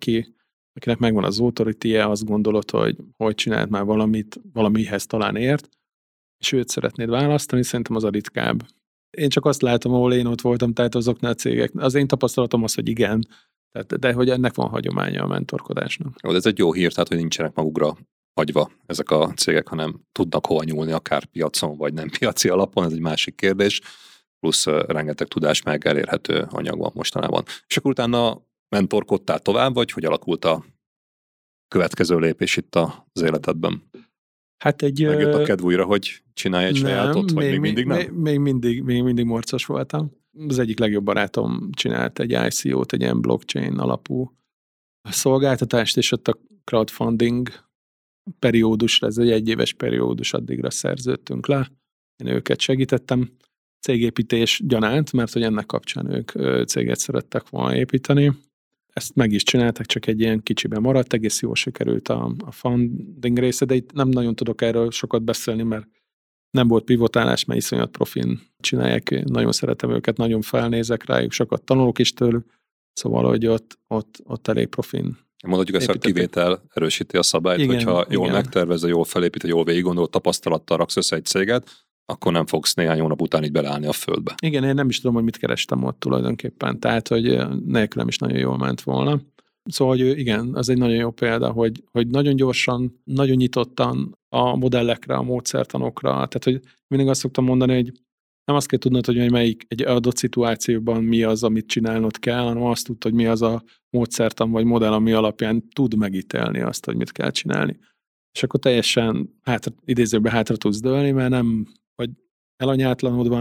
akinek megvan az authority-je, azt gondolod, hogy csinált már valamihez talán ért, és őt szeretnéd választani, szerintem az a ritkább. Én csak azt látom, ahol én ott voltam, tehát azoknál a cégek. Az én tapasztalatom az, hogy igen, de hogy ennek van hagyománya a mentorkodásnak. Jó, ez egy jó hír, tehát hogy nincsenek magukra hagyva ezek a cégek, hanem tudnak hova nyúlni, akár piacon, vagy nem piaci alapon, ez egy másik kérdés, plusz rengeteg tudás meg elérhető anyag van mostanában. És akkor utána mentorkodtál tovább, vagy hogy alakult a következő lépés itt az életedben? Hát megjött a kedv újra, hogy csinálj egy sajátot, vagy még mindig nem? Még mindig morcos voltam. Az egyik legjobb barátom csinált egy ICO-t, egy ilyen blockchain alapú szolgáltatást, és ott a crowdfunding periódusra, ez egy egyéves periódus, addigra szerződtünk le. Én őket segítettem. Cégépítés gyanánt, mert hogy ennek kapcsán ők céget szerettek volna építeni. Ezt meg is csináltak, csak egy ilyen kicsiben maradt, egész jól sikerült a funding része, de itt nem nagyon tudok erről sokat beszélni, mert nem volt pivotálás, mert iszonyat profin csinálják, nagyon szeretem őket, nagyon felnézek rájuk, sokat tanulok is tőlük, szóval, hogy ott elég profin. Mondhatjuk, ezt a kivétel erősíti a szabályt, igen, hogyha jól megtervezed, jól felépíted, jól végiggondolt, tapasztalattal raksz össze egy céget, akkor nem fogsz néhány hónap után így beleállni a földbe. Igen, én nem is tudom, hogy mit kerestem ott tulajdonképpen, tehát, hogy nélkülem is nagyon jól ment volna. Szóval, hogy igen, az egy nagyon jó példa, hogy nagyon gyorsan, nagyon nyitottan a modellekre, a módszertanokra, tehát, hogy mindig azt szoktam mondani, hogy nem azt kell tudnod, hogy melyik egy adott szituációban mi az, amit csinálnod kell, hanem azt tudod, hogy mi az a módszertan vagy modell, ami alapján tud megítélni azt, hogy mit kell csinálni. És akkor teljesen idézőben hátra tudsz dőlni, mert nem vagy elanyátlanodva,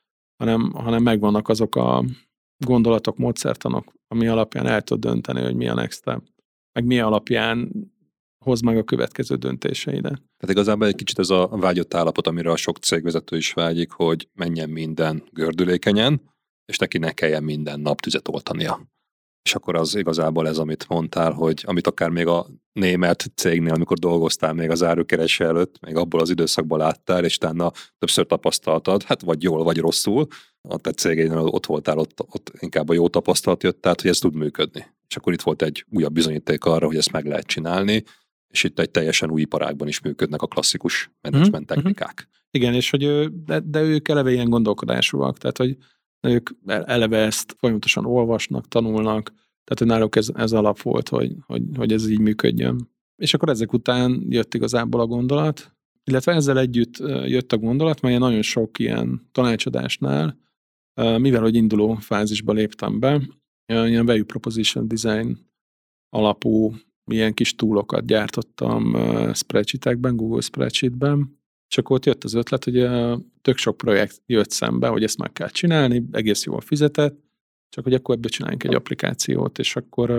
hanem megvannak azok a gondolatok, módszertanok, ami alapján el tud dönteni, hogy mi a next step, meg mi alapján hoz meg a következő döntéseidet. Tehát igazából egy kicsit ez a vágyott állapot, amire a sok cégvezető is vágyik, hogy menjen minden gördülékenyen, és neki ne kelljen minden nap tüzet oltania. És akkor az igazából ez, amit mondtál, hogy amit akár még a német cégnél, amikor dolgoztál még az árukereső előtt, még abból az időszakban láttál, és utána többször tapasztaltad, hát vagy jól, vagy rosszul, a te cégénél ott voltál, ott inkább a jó tapasztalat jött, tehát hogy ez tud működni. És akkor itt volt egy újabb bizonyíték arra, hogy ezt meg lehet csinálni, És itt egy teljesen új iparágban is működnek a klasszikus management technikák. Igen, és hogy de ők eleve ilyen gondolkodásúak, tehát hogy ők eleve ezt folyamatosan olvasnak, tanulnak, tehát hogy náluk ez alap volt, hogy ez így működjön. És akkor ezek után jött igazából a gondolat, illetve ezzel együtt jött a gondolat, melyen nagyon sok ilyen tanácsadásnál, mivel hogy induló fázisba léptem be, ilyen value proposition design alapú ilyen kis túlokat gyártottam spreadsheetekben, Google Spreadsheetben, és akkor ott jött az ötlet, hogy tök sok projekt jött szembe, hogy ezt meg kell csinálni, egész jól fizetett, csak hogy akkor ebből csináljunk egy applikációt, és akkor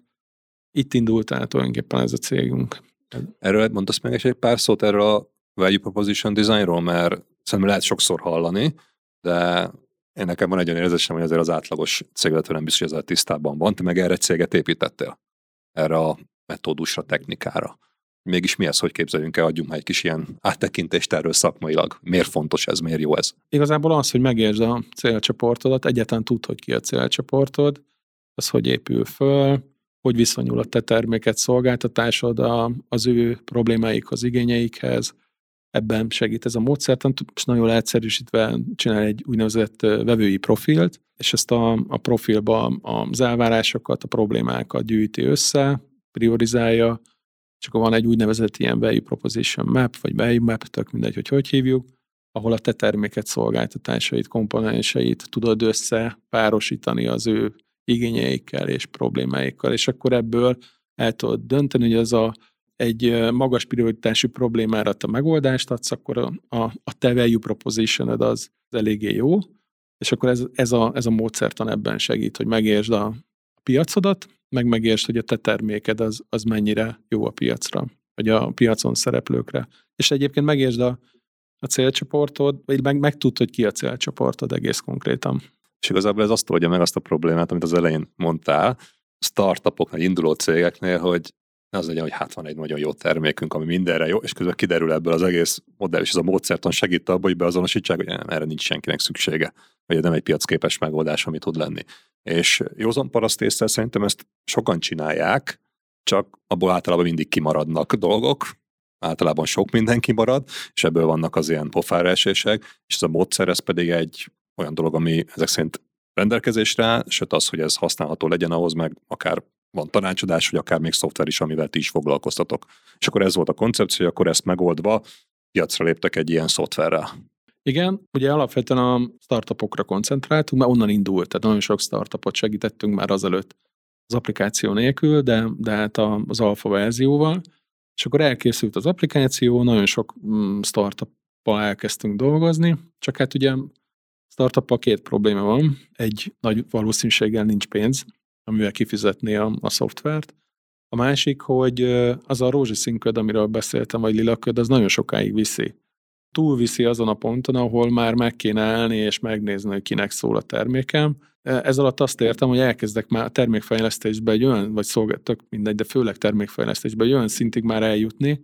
itt indult el tulajdonképpen ez a cégünk. Erről mondasz meg egy pár szót erről a value proposition designról, mert szerintem lehet sokszor hallani, de én nekem van egy olyan érzésem, hogy azért az átlagos cégvezető nem biztos, hogy ezzel tisztában van. Te meg erre egy céget építettél, erre a metódusra, technikára. Mégis mi ez, hogy képzeljünk el, adjunk már egy kis ilyen áttekintést erről szakmailag. Miért fontos ez, miért jó ez? Igazából az, hogy megértsd a célcsoportodat, egyáltalán tudd, hogy ki a célcsoportod, az hogy épül föl, hogy viszonyul a te terméket, szolgáltatásod az ő problémáikhoz, igényeikhez. Ebben segít ez a módszertan, és nagyon leegyszerűsítve csinál egy úgynevezett vevői profilt, és ezt a profilba az elvárásokat, a problémákat gyűjti össze, priorizálja, és akkor van egy úgynevezett ilyen value proposition map, vagy value map, tök mindegy, hogy hívjuk, ahol a te terméket, szolgáltatásait, komponenseit tudod összepárosítani az ő igényeikkel és problémáikkal, és akkor ebből el tudod dönteni, hogy ez egy magas prioritású problémára te megoldást adsz, akkor a te value propositioned az eléggé jó, és akkor ez a módszertan ebben segít, hogy megértsd a piacodat, megértsd, hogy a te terméked az mennyire jó a piacra, vagy a piacon szereplőkre. És egyébként megértsd a célcsoportod, vagy meg tudd, hogy ki a célcsoportod egész konkrétan. És igazából ez azt oldja meg azt a problémát, amit az elején mondtál, startupoknál, induló cégeknél, hogy az legyen, hogy hát van egy nagyon jó termékünk, ami mindenre jó, és közben kiderül ebből az egész modell, és ez a módszertan segít abban, hogy beazonosítsák, hogy nem, erre nincs senkinek szüksége, vagy nem egy piacképes megoldás, ami tud lenni. És józan parasztésszel szerintem ezt sokan csinálják, csak abból általában mindig kimaradnak dolgok, általában sok minden kimarad, és ebből vannak az ilyen pofáraesések, és ez a módszer, ez pedig egy olyan dolog, ami ezek szerint rendelkezésre áll, sőt az, hogy ez használható legyen, ahhoz meg akár van tanácsadás, vagy akár még szoftver is, amivel ti is foglalkoztatok. És akkor ez volt a koncepció, akkor ezt megoldva piacra léptek egy ilyen szoftverrel. Igen, ugye alapvetően a startupokra koncentráltunk, mert onnan indult, tehát nagyon sok startupot segítettünk már azelőtt az applikáció nélkül, de hát az alfa verzióval, és akkor elkészült az applikáció, nagyon sok startuppal elkezdtünk dolgozni, csak hát ugye startuppal két probléma van, egy nagy valószínűséggel nincs pénz, amivel kifizetné a szoftvert. A másik, hogy az a rózsaszín köd, amiről beszéltem, vagy lila köd, az nagyon sokáig viszi. Túlviszi azon a ponton, ahol már meg kéne állni és megnézni, hogy kinek szól a termékem. Ez alatt azt értem, hogy elkezdek már a termékfejlesztésbe egy olyan, vagy szolgáltatok mindegy, de főleg termékfejlesztésbe egy olyan szintig már eljutni,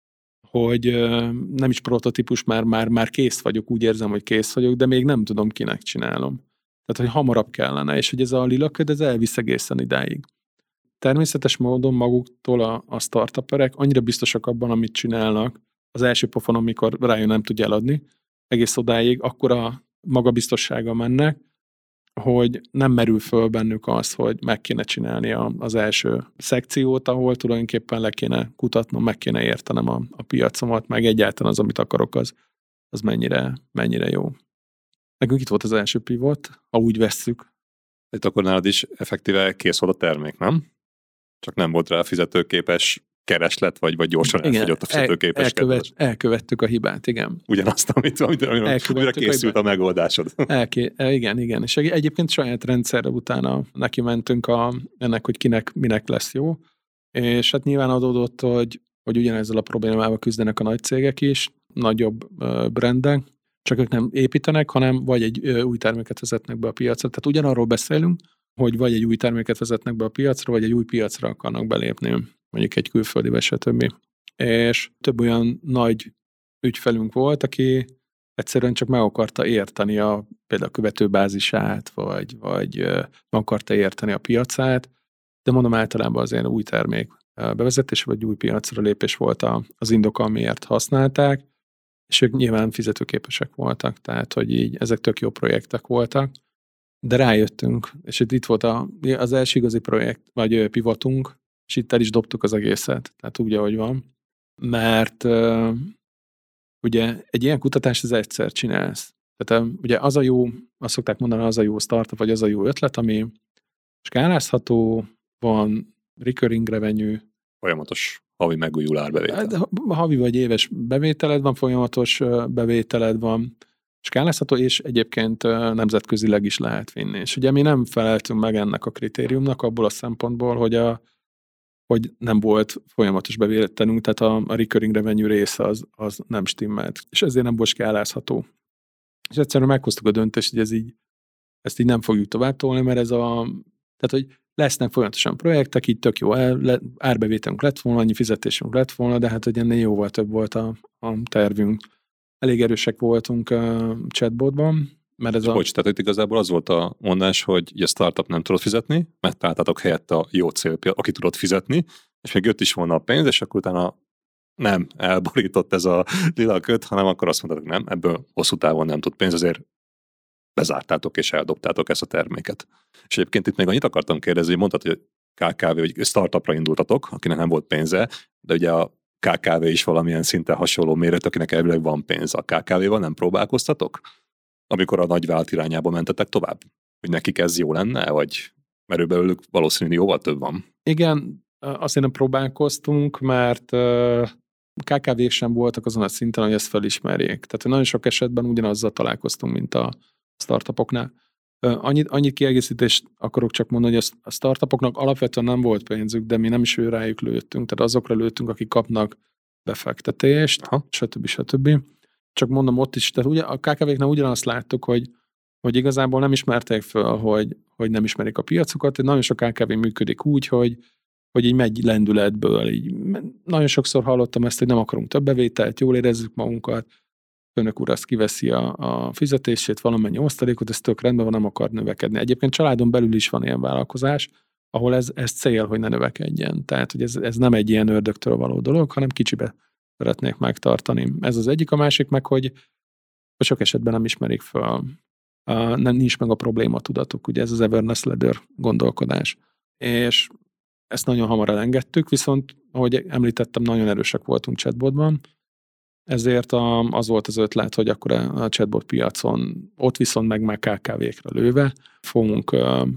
hogy nem is prototípus, már kész vagyok, úgy érzem, hogy kész vagyok, de még nem tudom, kinek csinálom. Tehát, hogy hamarabb kellene, és hogy ez a lila köd, ez elvisz egészen idáig. Természetes módon maguktól a startuperek annyira biztosak abban, amit csinálnak, az első pofon, amikor rájön nem tudja eladni, egész odáig, akkor a magabiztossága mennek, hogy nem merül föl bennük az, hogy meg kéne csinálni az első szekciót, ahol tulajdonképpen le kéne kutatnom, meg kéne értenem a piacomat, meg egyáltalán az, amit akarok, az mennyire jó. Nekünk itt volt az első pivot, ha úgy vesszük. Itt akkor nálad is effektíve kész volt a termék, nem? Csak nem volt rá fizetőképes kereslet, vagy gyorsan elfogyott a fizetőképes kereslet. Elkövettük a hibát, igen. Ugyanazt, amire készült a megoldásod. Igen. És egyébként saját rendszerre utána neki mentünk ennek, hogy kinek, minek lesz jó. És hát nyilván adódott, hogy ugyanezzel a problémával küzdenek a nagy cégek is, nagyobb brandek, csak ők nem építenek, hanem vagy egy új terméket vezetnek be a piacra. Tehát ugyanarról beszélünk, hogy vagy egy új terméket vezetnek be a piacra, vagy egy új piacra akarnak belépni, mondjuk egy külföldi vagy stb. És több olyan nagy ügyfelünk volt, aki egyszerűen csak meg akarta érteni például a követőbázisát, vagy meg akarta érteni a piacát, de mondom általában azért új termék bevezetése, vagy új piacra lépés volt az indok, amiért használták, és ők nyilván fizetőképesek voltak, tehát hogy így ezek tök jó projektek voltak, de rájöttünk, és itt volt az első igazi projekt, vagy pivotunk, és itt el is dobtuk az egészet, tehát úgy, ahogy van, mert ugye egy ilyen kutatást az egyszer csinálsz. Tehát ugye az a jó, azt szokták mondani, az a jó startup, vagy az a jó ötlet, ami skálázható, van recurring revenue. Folyamatos havi megújuló árbevétel. Havi vagy éves bevételed van, folyamatos bevételed van, skálázható, és egyébként nemzetközileg is lehet vinni. És ugye mi nem feleltünk meg ennek a kritériumnak abból a szempontból, hogy nem volt folyamatos bevételünk, tehát a recurring revenue része az nem stimmelt. És ezért nem volt skálázható. És egyszerűen meghoztuk a döntést, hogy ezt így nem fogjuk tovább tolni, mert tehát, hogy lesznek folyamatosan projektek, így tök jó, árbevételünk lett volna, annyi fizetésünk lett volna, de hát hogy ennél jóval több volt a tervünk. Elég erősek voltunk a chatbotban, mert tehát igazából az volt a mondás, hogy a startup nem tudott fizetni, mert találtatok helyett a jó célpiac, aki tudott fizetni, és még jött is volna a pénz, és akkor utána nem elborított ez a lila köt, hanem akkor azt mondtátok, nem, ebből hosszú távon nem tud pénz, azért bezártátok és eldobtátok ezt a terméket. És egyébként itt még annyit akartam kérdezni, hogy mondtad, hogy KKV, vagy startupra indultatok, akinek nem volt pénze, de ugye a KKV is valamilyen szinten hasonló méret, akinek elvileg van pénz. A KKV-val nem próbálkoztatok? Amikor a nagy vállalat irányába mentetek tovább? Hogy nekik ez jó lenne, vagy mert belőlük valószínűleg jóval több van? Igen, azt nem próbálkoztunk, mert KKV-k sem voltak azon a szinten, hogy ezt felismerjék. Tehát nagyon sok esetben ugyanazzal találkoztunk, mint a startupoknál. Annyit kiegészítést akarok csak mondani, hogy a startupoknak alapvetően nem volt pénzük, de mi nem is rájuk lőttünk, tehát azokra lőttünk, akik kapnak befektetést, stb. Csak mondom ott is, tehát ugye a KKV-knál ugyanazt láttuk, hogy igazából nem ismerték föl, hogy nem ismerik a piacukat, nagyon sok KKV működik úgy, hogy így megy lendületből. Így. Nagyon sokszor hallottam ezt, hogy nem akarunk több bevételt, jól érezzük magunkat, főnök úr azt kiveszi a fizetését, valamennyi osztalékot, ez tök rendben van, nem akar növekedni. Egyébként családon belül is van ilyen vállalkozás, ahol ez cél, hogy ne növekedjen. Tehát, hogy ez nem egy ilyen ördögtől való dolog, hanem kicsibe szeretnék megtartani. Ez az egyik, a másik meg, hogy sok esetben nem ismerik föl. Nincs meg a probléma tudatuk, ugye ez az Awareness Ladder gondolkodás. És ezt nagyon hamar elengedtük, viszont, ahogy említettem, nagyon erősek voltunk chatbotban, ezért az volt az ötlet, hogy akkor a chatbot piacon ott viszont meg KKV-kre lőve fogunk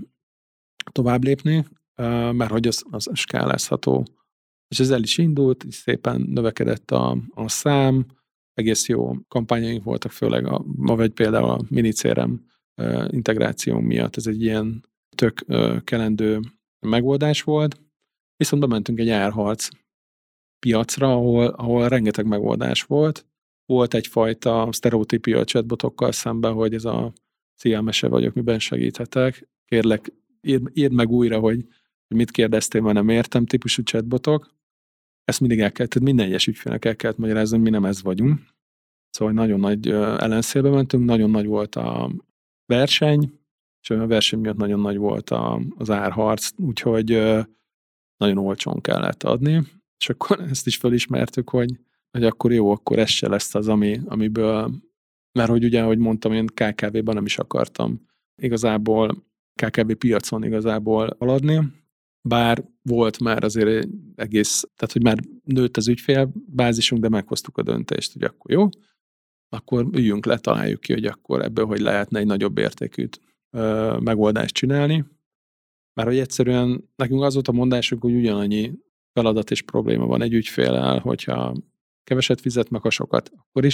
tovább lépni, mert hogy az skálázható. És ez el is indult, és szépen növekedett a szám, egész jó kampányaink voltak, főleg vagy például a mini-CRM integráció miatt, ez egy ilyen tök kelendő megoldás volt, viszont bementünk egy árharc piacra, ahol rengeteg megoldás volt. Volt egyfajta sztereotípia a chatbotokkal szemben, hogy ez a szia mese vagyok, miben segíthetek. Kérlek, írd meg újra, hogy mit kérdeztél, mert nem értem, típusú chatbotok. Ezt mindig tehát minden egyes ügyfélnek el kellett magyarázni, hogy mi nem ez vagyunk. Szóval nagyon nagy ellenszélbe mentünk, nagyon nagy volt a verseny, és a verseny miatt nagyon nagy volt az árharc, úgyhogy nagyon olcsón kellett adni. És akkor ezt is felismertük, hogy akkor jó, akkor ez se lesz az, amiből, mert hogy ugye, ahogy mondtam, én KKV-ban nem is akartam igazából, KKV piacon igazából haladni, bár volt már azért egész, tehát hogy már nőtt az ügyfélbázisunk, de meghoztuk a döntést, hogy akkor jó, akkor üljünk le, találjuk ki, hogy akkor ebből hogy lehetne egy nagyobb értékű megoldást csinálni, mert hogy egyszerűen nekünk az volt a mondásunk, hogy ugyanannyi feladat és probléma van egy ügyféllel, hogyha keveset fizet meg a sokat,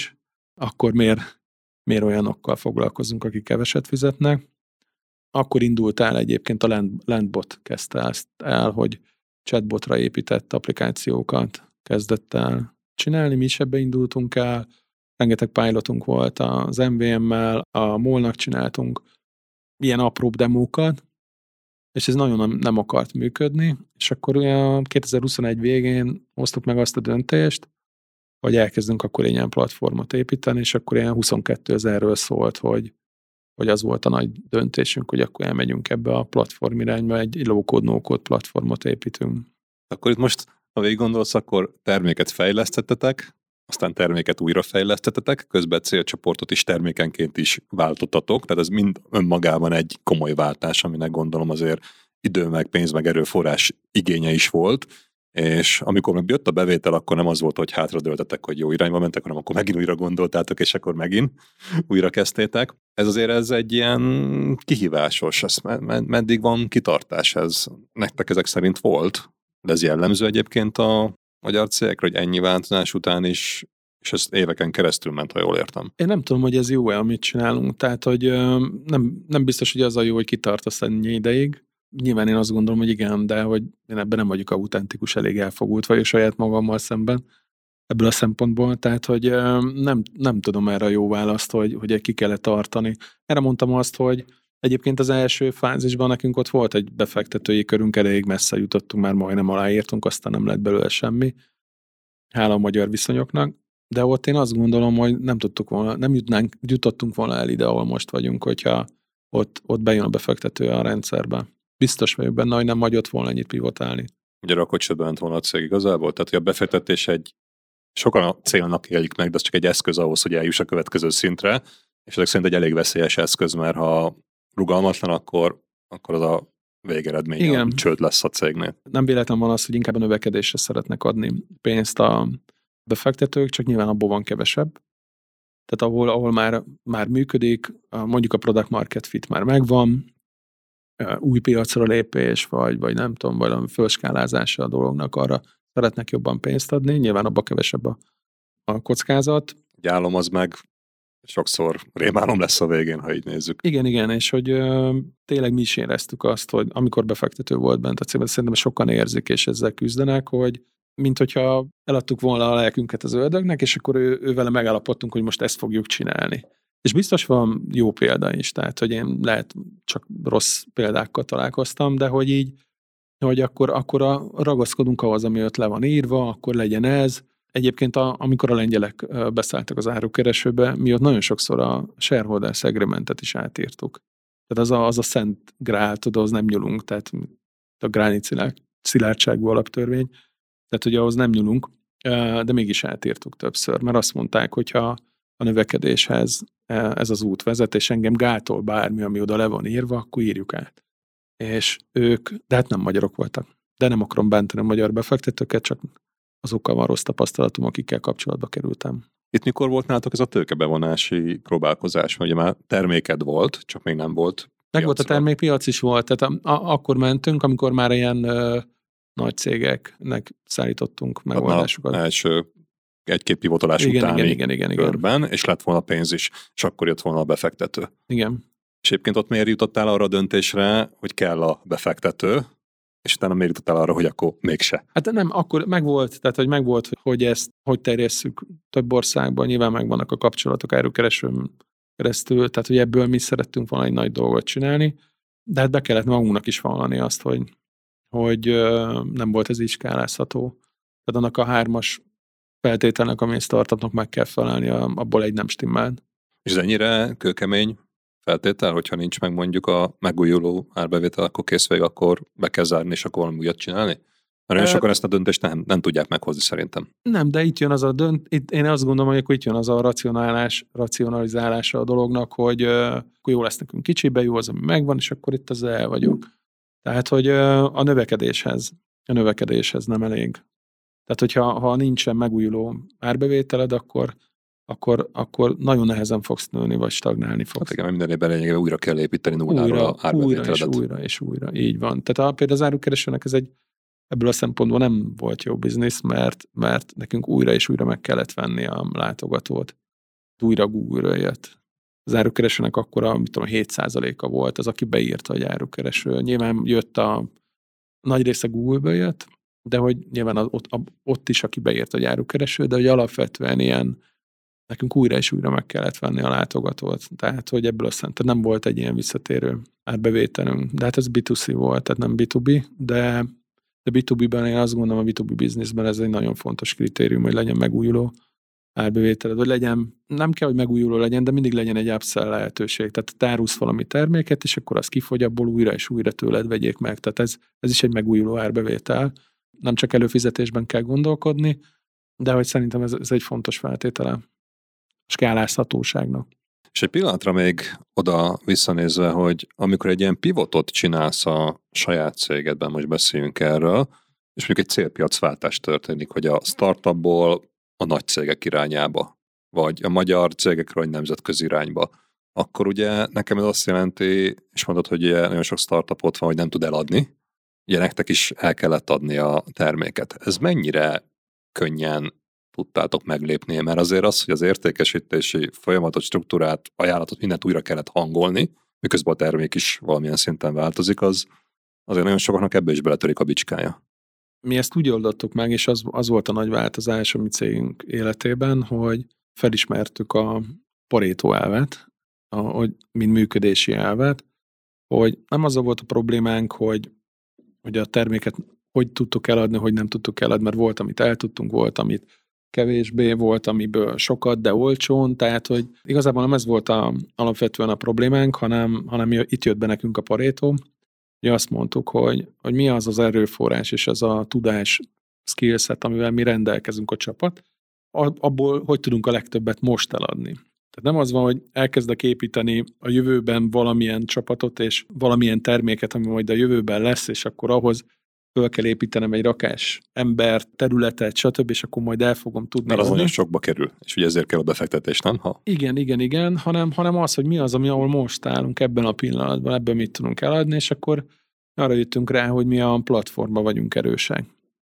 akkor miért olyanokkal foglalkozunk, akik keveset fizetnek. Akkor indult el egyébként a Landbot, kezdte ezt el, hogy chatbotra épített applikációkat kezdett el csinálni, mi is ebbe indultunk el, rengeteg pilotunk volt az MVM-mel, a MOL-nak csináltunk ilyen apróbb demókat, és ez nagyon nem akart működni, és akkor ugye 2021 végén hoztuk meg azt a döntést, hogy elkezdünk akkor egy ilyen platformot építeni, és akkor ilyen 22 000-ről szólt, hogy az volt a nagy döntésünk, hogy akkor elmegyünk ebbe a platform irányba, egy low-code, no-code platformot építünk. Akkor itt most, ha végig gondolsz, akkor terméket fejlesztettetek, aztán terméket újra fejlesztettetek, közben célcsoportot is termékenként is váltottatok, tehát ez mind önmagában egy komoly váltás, aminek gondolom azért idő, meg pénz, meg erőforrás igénye is volt, és amikor meg jött a bevétel, akkor nem az volt, hogy hátradőltetek, hogy jó irányba mentek, hanem akkor megint újra gondoltátok, és akkor megint újra kezdtétek. Ez egy ilyen kihívásos, meddig van kitartás, ez nektek ezek szerint volt, de ez jellemző egyébként a magyar cégekre, hogy ennyi változás után is, és ez éveken keresztül ment, ha jól értem. Én nem tudom, hogy ez jó-e, amit csinálunk, tehát, hogy nem biztos, hogy az a jó, hogy kitartasz ennyi ideig. Nyilván én azt gondolom, hogy igen, de hogy én ebben nem vagyok autentikus, elég elfogult vagyok saját magammal szemben ebből a szempontból, tehát, hogy nem tudom erre a jó választ, hogy ki kellett tartani. Erre mondtam azt, hogy egyébként az első fázisban nekünk ott volt egy befektetői körünk, elég messze jutottunk, már majdnem aláírtunk, aztán nem lett belőle semmi, hála a magyar viszonyoknak, de ott én azt gondolom, hogy nem jutottunk volna el ide, ahol most vagyunk, hogyha ott bejön a befektető a rendszerbe. Biztos vagyok benne, hogy nem hagyott volna ennyit pivotálni. Ugye akkor se bent volna a cég igazából? Tehát, hogy a befektetés sokan a célnak élik meg, de ez csak egy eszköz ahhoz, hogy eljuss a következő szintre, és ezek szerint egy elég veszélyes eszköz, mert ha rugalmatlan, akkor az a végeredmény a csőd lesz a cégnél. Nem véletlen van az, hogy inkább a növekedésre szeretnek adni pénzt a befektetők, csak nyilván abból van kevesebb. Tehát ahol már működik, mondjuk a product market fit már megvan, új piacra lépés, vagy nem tudom, valami fölskálázása a dolognak, arra szeretnek jobban pénzt adni, nyilván abban kevesebb a kockázat. Egy álom az meg sokszor rémálom lesz a végén, ha így nézzük. Igen, és hogy tényleg mi is éreztük azt, hogy amikor befektető volt bent a cégben, szerintem sokan érzik, és ezzel küzdenek, hogy mint hogyha eladtuk volna a lelkünket az ördögnek, és akkor ővele megállapodtunk, hogy most ezt fogjuk csinálni. És biztos van jó példa is, tehát, hogy én lehet csak rossz példákkal találkoztam, de hogy így, hogy akkor ragaszkodunk ahhoz, ami ott le van írva, akkor legyen ez. Egyébként amikor a lengyelek beszálltak az árukeresőbe, mi ott nagyon sokszor a shareholders agreementet is átírtuk. Tehát az a szent grál, tudod, az nem nyúlunk, tehát a gránit szilárdságú alaptörvény, tehát ugye ahhoz nem nyúlunk, de mégis átírtuk többször, mert azt mondták, hogyha a növekedéshez ez az út vezet, és engem gátol bármi, ami oda le van írva, akkor írjuk át. És ők, de hát nem magyarok voltak. De nem akarom bántani a magyar befektetőket, csak azokkal van rossz tapasztalatom, akikkel kapcsolatba kerültem. Itt mikor volt nálatok ez a tőkebevonási próbálkozás? Ugye már terméked volt, csak még nem volt. Meg volt a termékpiac is volt, tehát akkor mentünk, amikor már ilyen nagy cégeknek szállítottunk megoldásokat. Első egy-két pivotolás utáni körben, és lett volna pénz is, és akkor jött volna a befektető. Igen. És egyébként ott miért jutottál arra a döntésre, hogy kell a befektető, és utána miért jutottál arra, hogy akkor mégse? Hát nem, akkor megvolt, tehát hogy megvolt, hogy ezt hogy terjesszük több országban, nyilván megvannak a kapcsolatok árukeresőn keresztül, tehát hogy ebből mi szerettünk volna egy nagy dolgot csinálni, de hát be kellett magunknak is vallani azt, hogy nem volt ez így skálázható. Tehát annak a 3-as feltételnek, ami startupnak meg kell felelni, abból egy nem stimmel. És ez ennyire kőkemény feltétel, hogyha nincs meg mondjuk a megújuló árbevétel, akkor kész vég, akkor be kell zárni, és akkor valami újat csinálni? Mert nagyon sokan ezt a döntést nem tudják meghozni szerintem. Nem, de itt jön az én azt gondolom, hogy akkor itt jön az a racionalizálása a dolognak, hogy akkor jó lesz nekünk kicsibe, jó az, ami megvan, és akkor itt az el vagyok. Tehát, hogy a növekedéshez nem elég. Tehát, hogyha nincsen megújuló árbevételed, akkor nagyon nehezen fogsz nőni, vagy stagnálni fogsz. Hát igen, minden évben lényegében újra kell építeni nullára árbevételedet. Újra, így van. Tehát például az árukeresőnek ez ebből a szempontból nem volt jó biznisz, mert nekünk újra és újra meg kellett venni a látogatót. Újra Google-ről jött. Az árukeresőnek akkor 7%-a volt az, aki beírta, hogy árukereső. Nyilván jött a nagy része Google-ből jött, de hogy nyilván ott is, aki beírta, hogy árukereső, de hogy alapvetően ilyen nekünk újra és újra meg kellett venni a látogatót. Tehát, hogy ebből a szempontból nem volt egy ilyen visszatérő árbevételünk. De hát ez B2C volt, tehát nem B2B, de B2B-ben én azt gondolom, a B2B bizniszben ez egy nagyon fontos kritérium, hogy legyen megújuló árbevételed, vagy legyen, nem kell, hogy megújuló legyen, de mindig legyen egy upsell lehetőség. Tehát te árulsz valami terméket, és akkor az kifogy, abból újra és újra tőled vegyék meg. Tehát ez is egy megújuló árbevétel. nem csak előfizetésben kell gondolkodni, de hogy szerintem ez egy fontos feltétele a skálázhatóságnak. És egy pillanatra még oda visszanézve, hogy amikor egy ilyen pivotot csinálsz a saját cégedben, most beszéljünk erről, és mondjuk egy célpiacváltás történik, hogy a startupból a nagy cégek irányába, vagy a magyar cégekről egy nemzetközi irányba, akkor ugye nekem ez azt jelenti, és mondod, hogy ugye nagyon sok startupot van, hogy nem tud eladni, ugye nektek is el kellett adni a terméket. Ez mennyire könnyen tudtátok meglépni, mert azért az, hogy az értékesítési folyamatot, struktúrát, ajánlatot, mindent újra kellett hangolni, miközben a termék is valamilyen szinten változik, az azért nagyon sokaknak ebbe is beletörik a bicskája. Mi ezt úgy oldottuk meg, és az volt a nagy változás a mi cégünk életében, hogy felismertük a Pareto elvet, mint működési elvet, hogy nem azzal volt a problémánk, hogy a terméket hogy tudtuk eladni, hogy nem tudtuk eladni, mert volt, amit el tudtunk, volt, amit kevésbé, volt, amiből sokat, de olcsón, tehát, hogy igazából nem ez volt alapvetően a problémánk, hanem itt jött be nekünk a Pareto. Ugye azt mondtuk, hogy mi az az erőforrás és az a tudás, skillset, amivel mi rendelkezünk a csapat, abból hogy tudunk a legtöbbet most eladni. Tehát nem az van, hogy elkezdek építeni a jövőben valamilyen csapatot és valamilyen terméket, ami majd a jövőben lesz, és akkor ahhoz föl kell építenem egy rakás ember, területet, stb., és akkor majd el fogom tudni. Mert az nagyon sokba kerül, és ugye ezért kell a befektetés, nem? Igen, hanem az, hogy mi az, ahol most állunk ebben a pillanatban, ebben mit tudunk eladni, és akkor arra jöttünk rá, hogy mi a platformban vagyunk erősek.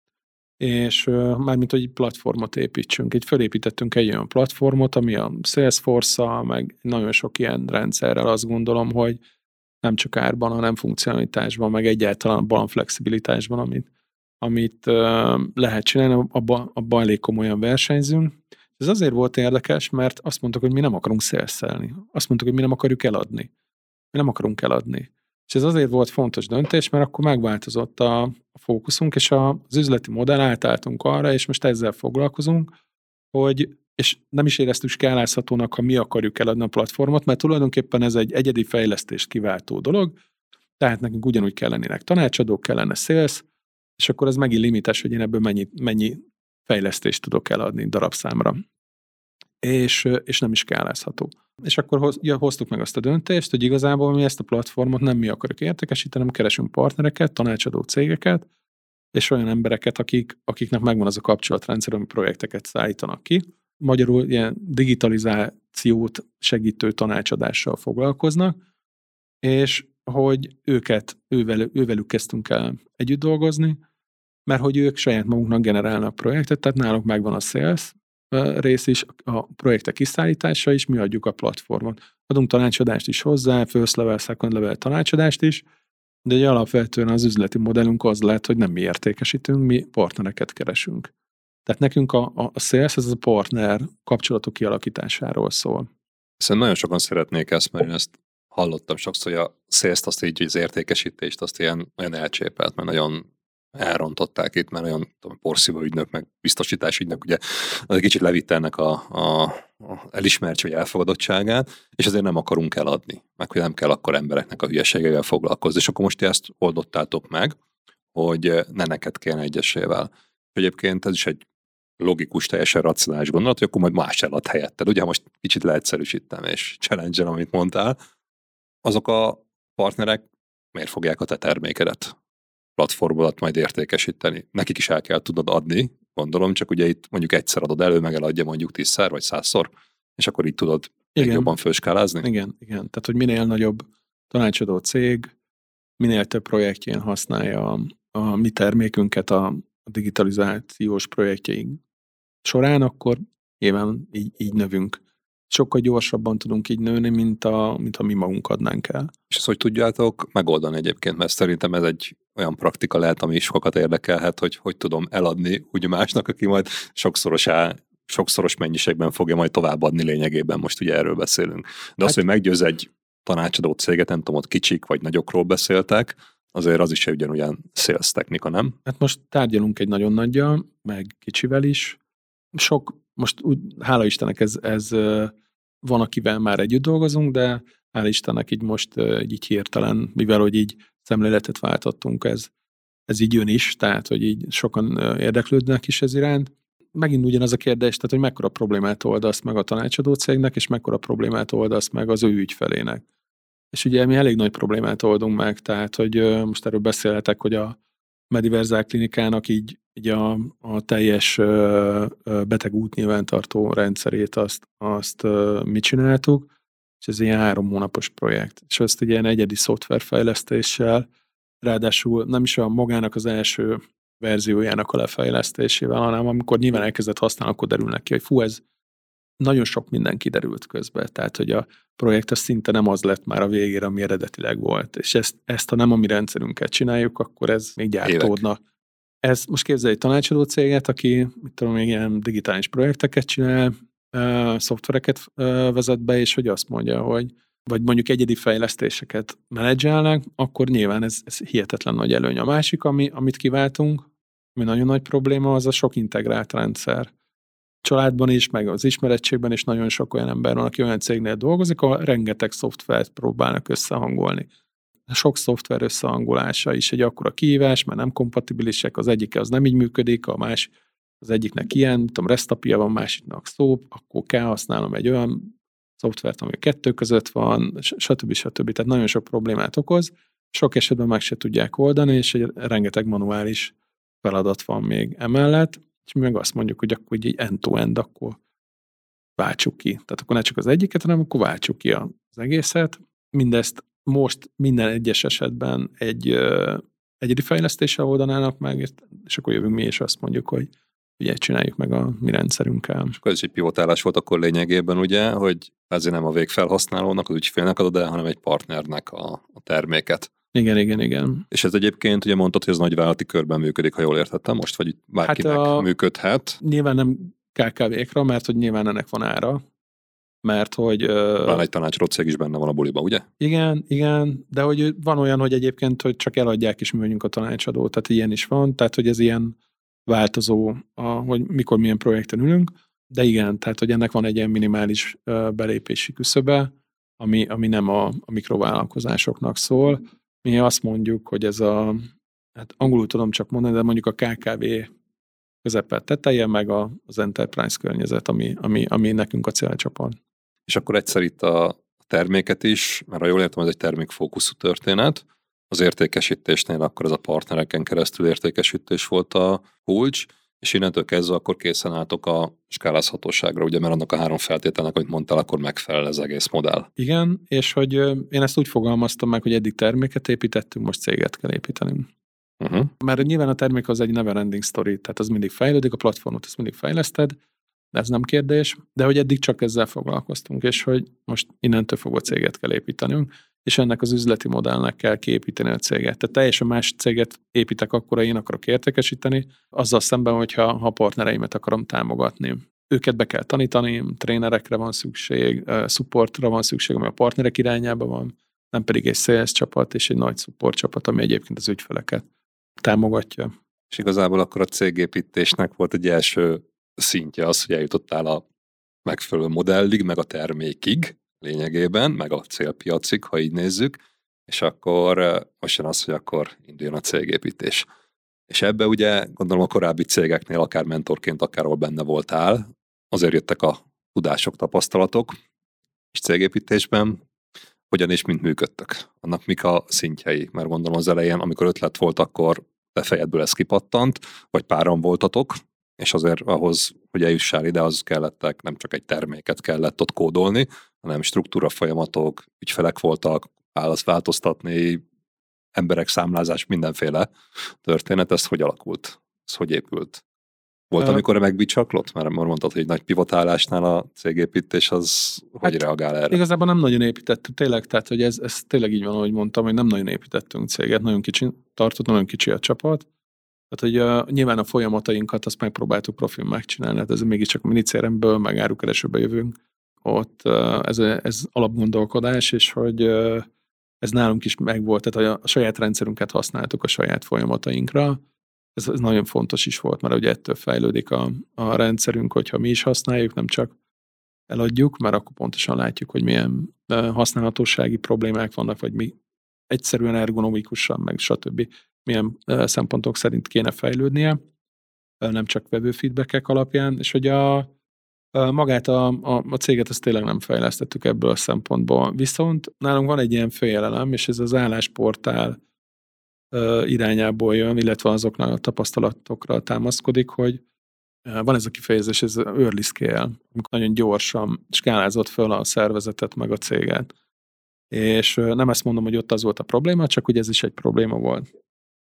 És mármint, hogy egy platformot építsünk. Fölépítettünk egy olyan platformot, ami a Salesforce-szal, meg nagyon sok ilyen rendszerrel azt gondolom, hogy nem csak árban, hanem funkcionalitásban, meg egyáltalán abban a flexibilitásban, amit lehet csinálni, abban elég komolyan versenyzünk. Ez azért volt érdekes, mert azt mondtuk, hogy mi nem akarunk szélszelni. Azt mondtuk, hogy mi nem akarjuk eladni. Mi nem akarunk eladni. És ez azért volt fontos döntés, mert akkor megváltozott a fókuszunk, és az üzleti modell átálltunk arra, és most ezzel foglalkozunk, és nem is éreztük skálázhatónak, ha mi akarjuk eladni a platformot, mert tulajdonképpen ez egy egyedi fejlesztést kiváltó dolog, tehát nekünk ugyanúgy kellenének tanácsadók, kellene sales, és akkor ez megint limites, hogy én ebből mennyi fejlesztést tudok eladni darabszámra. És nem is skálázható. És akkor hoztuk meg azt a döntést, hogy igazából mi ezt a platformot nem mi akarjuk értékesíteni, hanem keresünk partnereket, tanácsadó cégeket, és olyan embereket, akiknek megvan az a kapcsolatrendszer, ami projekteket szállítanak ki. Magyarul ilyen digitalizációt segítő tanácsadással foglalkoznak, és hogy ővelük kezdtünk el együtt dolgozni, mert hogy ők saját maguknak generálnak projektet, tehát náluk megvan a sales rész is, a projektek kiszállítása is, mi adjuk a platformot. Adunk tanácsadást is hozzá, first level, second level tanácsadást is, de egy alapvetően az üzleti modellünk az lehet, hogy nem mi értékesítünk, mi partnereket keresünk. Tehát nekünk a sales, ez a partner kapcsolatok kialakításáról szól. Szerintem nagyon sokan szeretnék ezt, mert én ezt hallottam sokszor, hogy a sales-t azt így, az értékesítést azt ilyen nagyon elcsépelt, mert nagyon elrontották itt, mert olyan porszívó ügynök, meg biztosítás ügynök, ugye az egy kicsit levitte ennek a elismerts vagy elfogadottságát, és azért nem akarunk eladni, meg hogy nem kell akkor embereknek a hülyeségeivel foglalkozni. És akkor most ezt oldottátok meg, hogy ne neked kellene egyesével. Egyébként ez is egy logikus, teljesen racionális gondolat, hogy akkor majd más elad helyetted. Ugye most kicsit leegyszerűsítem és challenge-el, amit mondtál. Azok a partnerek miért fogják a te termékedet, platformodat majd értékesíteni? Nekik is el kell tudnod adni, gondolom, csak ugye itt mondjuk egyszer adod elő, meg eladja mondjuk 10-szer vagy 100-szor, és akkor így tudod jobban fölskálázni? Igen. Tehát, hogy minél nagyobb tanácsadó cég, minél több projektjén használja a mi termékünket a digitalizációs projektjeink során, akkor nyilván így növünk. Sokkal gyorsabban tudunk így nőni, mint ha mi magunk adnánk el. És ezt hogy tudjátok megoldani egyébként? Mert szerintem ez egy olyan praktika lehet, ami sokat érdekelhet, hogy tudom eladni úgy másnak, aki majd sokszoros mennyiségben fogja majd továbbadni lényegében, most ugye erről beszélünk. De az, hogy meggyőz egy tanácsadó céget, nem tudom, ott kicsik vagy nagyokról beszéltek, azért az is egy ugyanolyan sales technika, nem? Hát most tárgyalunk egy nagyon nagyjal, meg kicsivel is. Most úgy, hála Istennek ez van, akivel már együtt dolgozunk, de hála Istennek így most így hirtelen, mivel hogy így szemléletet váltottunk, ez így jön is, tehát hogy így sokan érdeklődnek is ez iránt. Megint ugyanaz a kérdés, tehát hogy mekkora problémát oldasz meg a tanácsadó cégnek, és mekkora problémát oldasz meg az ő ügyfelének. És ugye mi elég nagy problémát oldunk meg, tehát hogy most erről beszélhetek, hogy a Mediversal klinikának így a teljes beteg útnyilvántartó rendszerét azt mi csináltuk, és ez ilyen 3 hónapos projekt. És ezt egy ilyen egyedi szoftverfejlesztéssel, ráadásul nem is a magának az első verziójának a lefejlesztésével, hanem amikor nyilván elkezdett használni, akkor derülnek ki, hogy fú, ez nagyon sok minden kiderült közben. Tehát, hogy a projekt az szinte nem az lett már a végére, ami eredetileg volt. És ezt ha nem a mi rendszerünket csináljuk, akkor ez még gyártódna. Ez most képzelj egy tanácsadó céget, aki, mit tudom, még ilyen digitális projekteket csinál, szoftvereket vezet be, és hogy azt mondja, hogy vagy mondjuk egyedi fejlesztéseket menedzselnek, akkor nyilván ez hihetetlen nagy előny. A másik, amit kiváltunk, ami nagyon nagy probléma, az a sok integrált rendszer. Családban is, meg az ismerettségben is nagyon sok olyan ember van, aki olyan cégnél dolgozik, ahol rengeteg szoftvert próbálnak összehangolni. Sok szoftver összehangolása is egy akkora kihívás, mert nem kompatibilisek, az egyik az nem így működik, az egyiknek ilyen, tudom, REST-API van, másiknak SOAP, akkor kell használnom egy olyan szoftvert, ami a 2 között van, stb. Tehát nagyon sok problémát okoz, sok esetben meg se tudják oldani, és egy rengeteg manuális feladat van még emellett, és mi meg azt mondjuk, hogy akkor így end-to-end, akkor váltsuk ki. Tehát akkor ne csak az egyiket, hanem akkor váltsuk ki az egészet. Mindezt most minden egyes esetben egyedi fejlesztéssel oldanának meg, és akkor jövünk mi, és azt mondjuk, hogy ugye csináljuk meg a mi rendszerünkkel. És akkor ez is egy pivotálás volt akkor lényegében, ugye, hogy ezért nem a végfelhasználónak, az ügyfélnek adod el, hanem egy partnernek a terméket. Igen. És ez egyébként, ugye mondtad, hogy ez nagyvállalati körben működik, ha jól értettem most, vagy bárkinek működhet. Nyilván nem KKV-kra, mert hogy nyilván ennek van ára, mert hogy... Van egy tanácsadó cég is benne van a buliba, ugye? Igen, de hogy van olyan, hogy egyébként, hogy csak eladják és mi vagyunk a tanácsadó, tehát ilyen is van, tehát hogy ez ilyen változó, hogy mikor milyen projekten ülünk, de igen, tehát hogy ennek van egy ilyen minimális belépési küszöbe, ami nem a mikrovállalkozásoknak szól. Mi azt mondjuk, hogy ez hát angolul tudom csak mondani, de mondjuk a KKV közepet teteje, meg az enterprise környezet, ami nekünk a célcsapat. És akkor egyszer itt a terméket is, mert ha jól értem, ez egy termékfókuszú történet, az értékesítésnél akkor ez a partnereken keresztül értékesítés volt a kulcs, és innentől kezdve akkor készen álltok a skálázhatóságra, ugye, mert annak a 3 feltételnek, amit mondtál, akkor megfelel ez egész modell. Igen, és hogy én ezt úgy fogalmaztam meg, hogy eddig terméket építettünk, most céget kell építenünk. Mert nyilván a termék az egy never ending story, tehát az mindig fejlődik, a platformot azt mindig fejleszted, de ez nem kérdés, de hogy eddig csak ezzel foglalkoztunk, és hogy most innentől fogva céget kell építenünk, és ennek az üzleti modellnek kell kiépíteni a céget. Tehát teljesen más céget építek akkor, én akarok értékesíteni, azzal szemben, hogyha a partnereimet akarom támogatni. Őket be kell tanítani, trénerekre van szükség, supportra van szükség, ami a partnerek irányába van, nem pedig egy sales csapat és egy nagy support csapat, ami egyébként az ügyfeleket támogatja. És igazából akkor a cégépítésnek volt egy első szintje az, hogy eljutottál a megfelelő modellig, meg a termékig lényegében, meg a célpiacig, ha így nézzük, és akkor most jön az, hogy akkor induljon a cégépítés. És ebbe ugye gondolom a korábbi cégeknél akár mentorként, akár ahol benne voltál, azért jöttek a tudások, tapasztalatok, és cégépítésben hogyan és mint működtök? Annak mik a szintjei? Mert gondolom az elején, amikor ötlet volt, akkor te fejedből ez kipattant, vagy páran voltatok, és azért ahhoz, hogy eljussál ide, az kellettek, nem csak egy terméket kellett ott kódolni, hanem struktúra folyamatok, ügyfelek voltak, változtatni, emberek számlázás, mindenféle történet. Ez hogy alakult? Ez hogy épült? Volt, amikor megbicsaklott? Mert mondtad, hogy egy nagy pivotálásnál a cégépítés az hogy reagál erre? Igazából nem nagyon építettünk, tényleg, tehát hogy ez tényleg így van, ahogy mondtam, hogy nem nagyon építettünk céget, nagyon kicsi tartott, nagyon kicsi a csapat. Tehát, hogy nyilván a folyamatainkat azt megpróbáltuk profil megcsinálni, hát ez mégiscsak a minicéremből, meg árukeresőbe jövünk. Ott ez alapgondolkodás, és hogy ez nálunk is megvolt, tehát a saját rendszerünket használtuk a saját folyamatainkra. Ez nagyon fontos is volt, mert ugye ettől fejlődik a rendszerünk, hogyha mi is használjuk, nem csak eladjuk, mert akkor pontosan látjuk, hogy milyen használhatósági problémák vannak, vagy mi egyszerűen ergonomikusan, meg stb. milyen szempontok szerint kéne fejlődnie, nem csak vevő feedbackek alapján, és hogy magát a céget ezt tényleg nem fejlesztettük ebből a szempontból. Viszont nálunk van egy ilyen főjelelem, és ez az állásportál irányából jön, illetve azoknak a tapasztalatokra támaszkodik, hogy van ez a kifejezés, ez early scale, amikor nagyon gyorsan skálázott föl a szervezetet meg a céget. És nem ezt mondom, hogy ott az volt a probléma, csak hogy ez is egy probléma volt.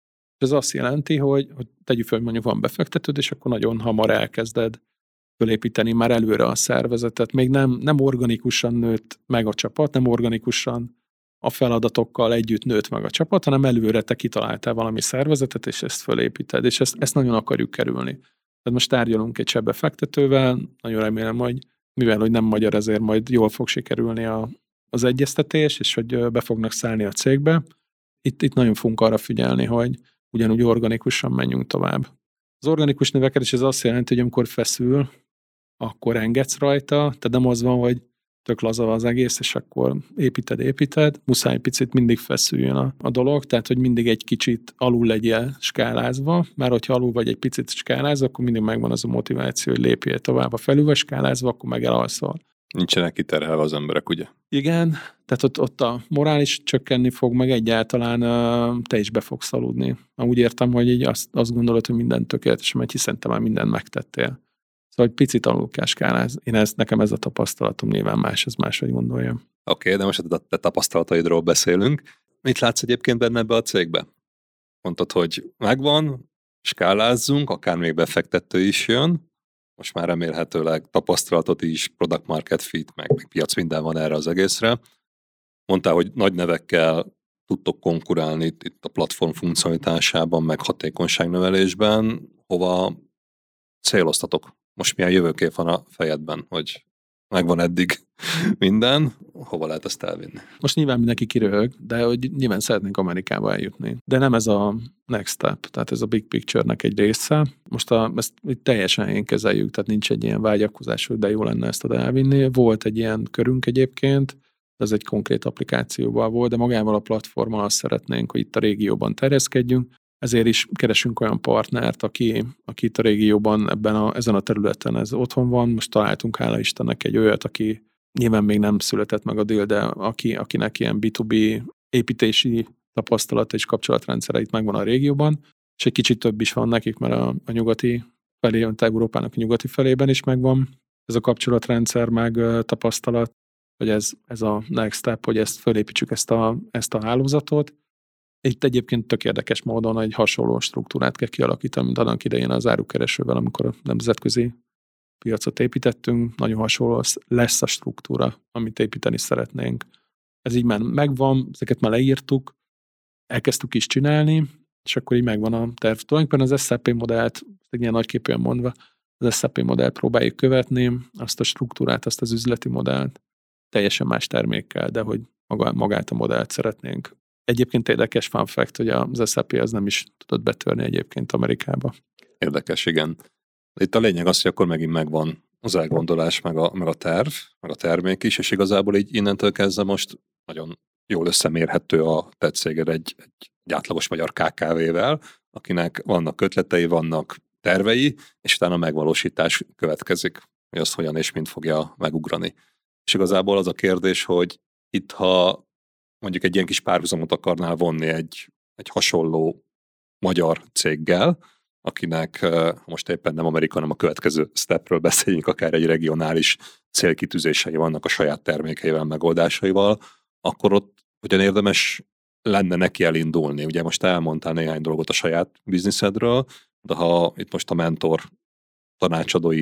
Ez azt jelenti, hogy tegyük fel, hogy mondjuk van befektetőd, és akkor nagyon hamar elkezded fölépíteni már előre a szervezetet. Még nem organikusan nőtt meg a csapat, nem organikusan a feladatokkal együtt nőtt meg a csapat, hanem előre te kitaláltál valami szervezetet, és ezt fölépíted, és ezt nagyon akarjuk kerülni. Tehát most tárgyalunk egy befektetővel, nagyon remélem, hogy mivel hogy nem magyar, ezért majd jól fog sikerülni az egyeztetés, és hogy be fognak szállni a cégbe. Itt nagyon fogunk arra figyelni, hogy ugyanúgy organikusan menjünk tovább. Az organikus növekedés ez azt jelenti, hogy amikor feszül, akkor engedsz rajta, tehát nem az van, hogy tök laza az egész, és akkor építed, muszáj picit mindig feszüljön a dolog, tehát hogy mindig egy kicsit alul legyél skálázva, már hogyha alul vagy egy picit skálázva, akkor mindig megvan az a motiváció, hogy lépjél tovább. A felül vagy skálázva, akkor meg elalszol. Nincsenek kiterhelve az emberek, ugye? Igen, tehát ott a morális csökkenni fog, meg egyáltalán te is be fogsz aludni. Úgy értem, hogy így azt gondolod, hogy minden tökéletes, mert hiszen te már mindent megtettél. Szóval egy picit alul kell skálázni. Nekem ez a tapasztalatom, nyilván máshogy gondolja. Oké, de most a te tapasztalataidról beszélünk. Mit látsz egyébként benne ebbe a cégbe? Mondtad, hogy megvan, skálázzunk, akár még befektető is jön, most már remélhetőleg tapasztalatot is, product market fit, meg piac minden van erre az egészre. Mondtál, hogy nagy nevekkel tudtok konkurálni itt a platform funkcionalitásában, meg hatékonyságnövelésben. Hova céloztatok? Most milyen jövőkép van a fejedben, hogy megvan eddig minden, hova lehet ezt elvinni? Most nyilván mindenki kiröhög, de hogy nyilván szeretnénk Amerikába eljutni. De nem ez a next step, tehát ez a big picture-nek egy része. Most ezt teljesen helyén kezeljük, tehát nincs egy ilyen vágyakozás, hogy de jó lenne ezt oda elvinni. Volt egy ilyen körünk egyébként, ez egy konkrét applikációval volt, de magával a platformmal azt szeretnénk, hogy itt a régióban terjeszkedjünk. Ezért is keresünk olyan partnert, aki itt a régióban ezen a területen ez otthon van. Most találtunk, hála Istennek, egy olyat, aki nyilván még nem született meg a deal, de akinek ilyen B2B építési tapasztalata és kapcsolatrendszereit megvan a régióban, és egy kicsit több is van nekik, mert a nyugati felé, Európának a nyugati felében is megvan ez a kapcsolatrendszer, meg tapasztalat, hogy ez a next step, hogy ezt fölépítsük ezt a hálózatot. Itt egyébként tök érdekes módon egy hasonló struktúrát kell kialakítani, mint annak idején az árukeresővel, amikor a nemzetközi piacot építettünk. Nagyon hasonló lesz a struktúra, amit építeni szeretnénk. Ez így már megvan, ezeket már leírtuk, elkezdtük is csinálni, és akkor így megvan a terv. Tulajdonképpen az SAP modellt, egy ilyen nagyképűen mondva, az SAP modellt próbáljuk követni, azt a struktúrát, azt az üzleti modellt, teljesen más termékkel, de hogy magát a modellt szeretnénk. Egyébként érdekes fun fact, hogy az SAP az nem is tudott betörni egyébként Amerikába. Érdekes, igen. Itt a lényeg az, hogy akkor megint megvan az elgondolás, meg a terv, meg a termék is, és igazából így innentől kezdve most nagyon jól összemérhető a te céged egy átlagos magyar KKV-vel, akinek vannak ötletei, vannak tervei, és utána a megvalósítás következik, hogy azt hogyan és mint fogja megugrani. És igazából az a kérdés, hogy itt, ha mondjuk egy ilyen kis párhuzamot akarnál vonni egy hasonló magyar céggel, akinek most éppen nem Amerika, hanem a következő stepről beszéljünk, akár egy regionális célkitűzései vannak a saját termékeivel, megoldásaival, akkor ott hogyan érdemes lenne neki elindulni. Ugye most elmondtál néhány dolgot a saját bizniszedről, de ha itt most a mentor tanácsadói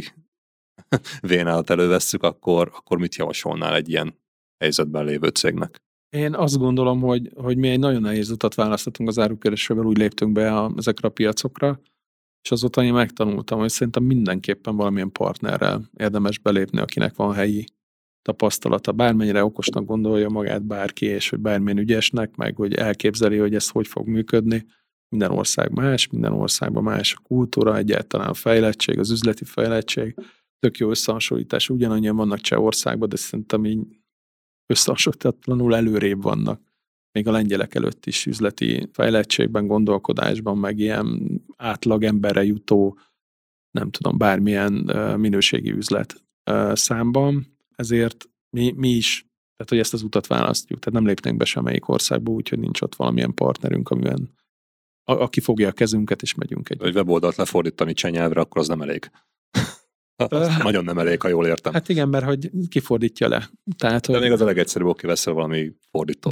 vénálat elővesszük, akkor mit javasolnál egy ilyen helyzetben lévő cégnek? Én azt gondolom, hogy mi egy nagyon nehéz utat választottunk az árukeresővel, úgy léptünk be ezekre a piacokra, és azóta én megtanultam, hogy szerintem mindenképpen valamilyen partnerrel érdemes belépni, akinek van helyi tapasztalata. Bármennyire okosnak gondolja magát bárki, és hogy bármilyen ügyesnek, meg hogy elképzeli, hogy ez hogy fog működni. Minden ország más, minden országban más a kultúra, egyáltalán a fejlettség, az üzleti fejlettség, tök jó összehasonlítás. Ugyanannyian vannak Csehországban, de szerintem így összehasonlítatlanul előrébb vannak. még a lengyelek előtt is üzleti fejlettségben, gondolkodásban, meg ilyen átlag emberre jutó, nem tudom, bármilyen minőségi üzlet számban. Ezért mi is, tehát hogy ezt az utat választjuk. Tehát nem lépnénk be semmelyik országba, úgyhogy nincs ott valamilyen partnerünk, amiben aki fogja a kezünket, és megyünk egy. Egy weboldalt lefordítani cseh nyelvre, akkor az nem elég. Nagyon nem elég, ha jól értem. Hát igen, mert hogy kifordítja le. Tehát, de még az a legegyszerűbb, oké, veszel valami fordítót.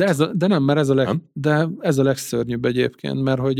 De ez a legszörnyűbb egyébként, mert hogy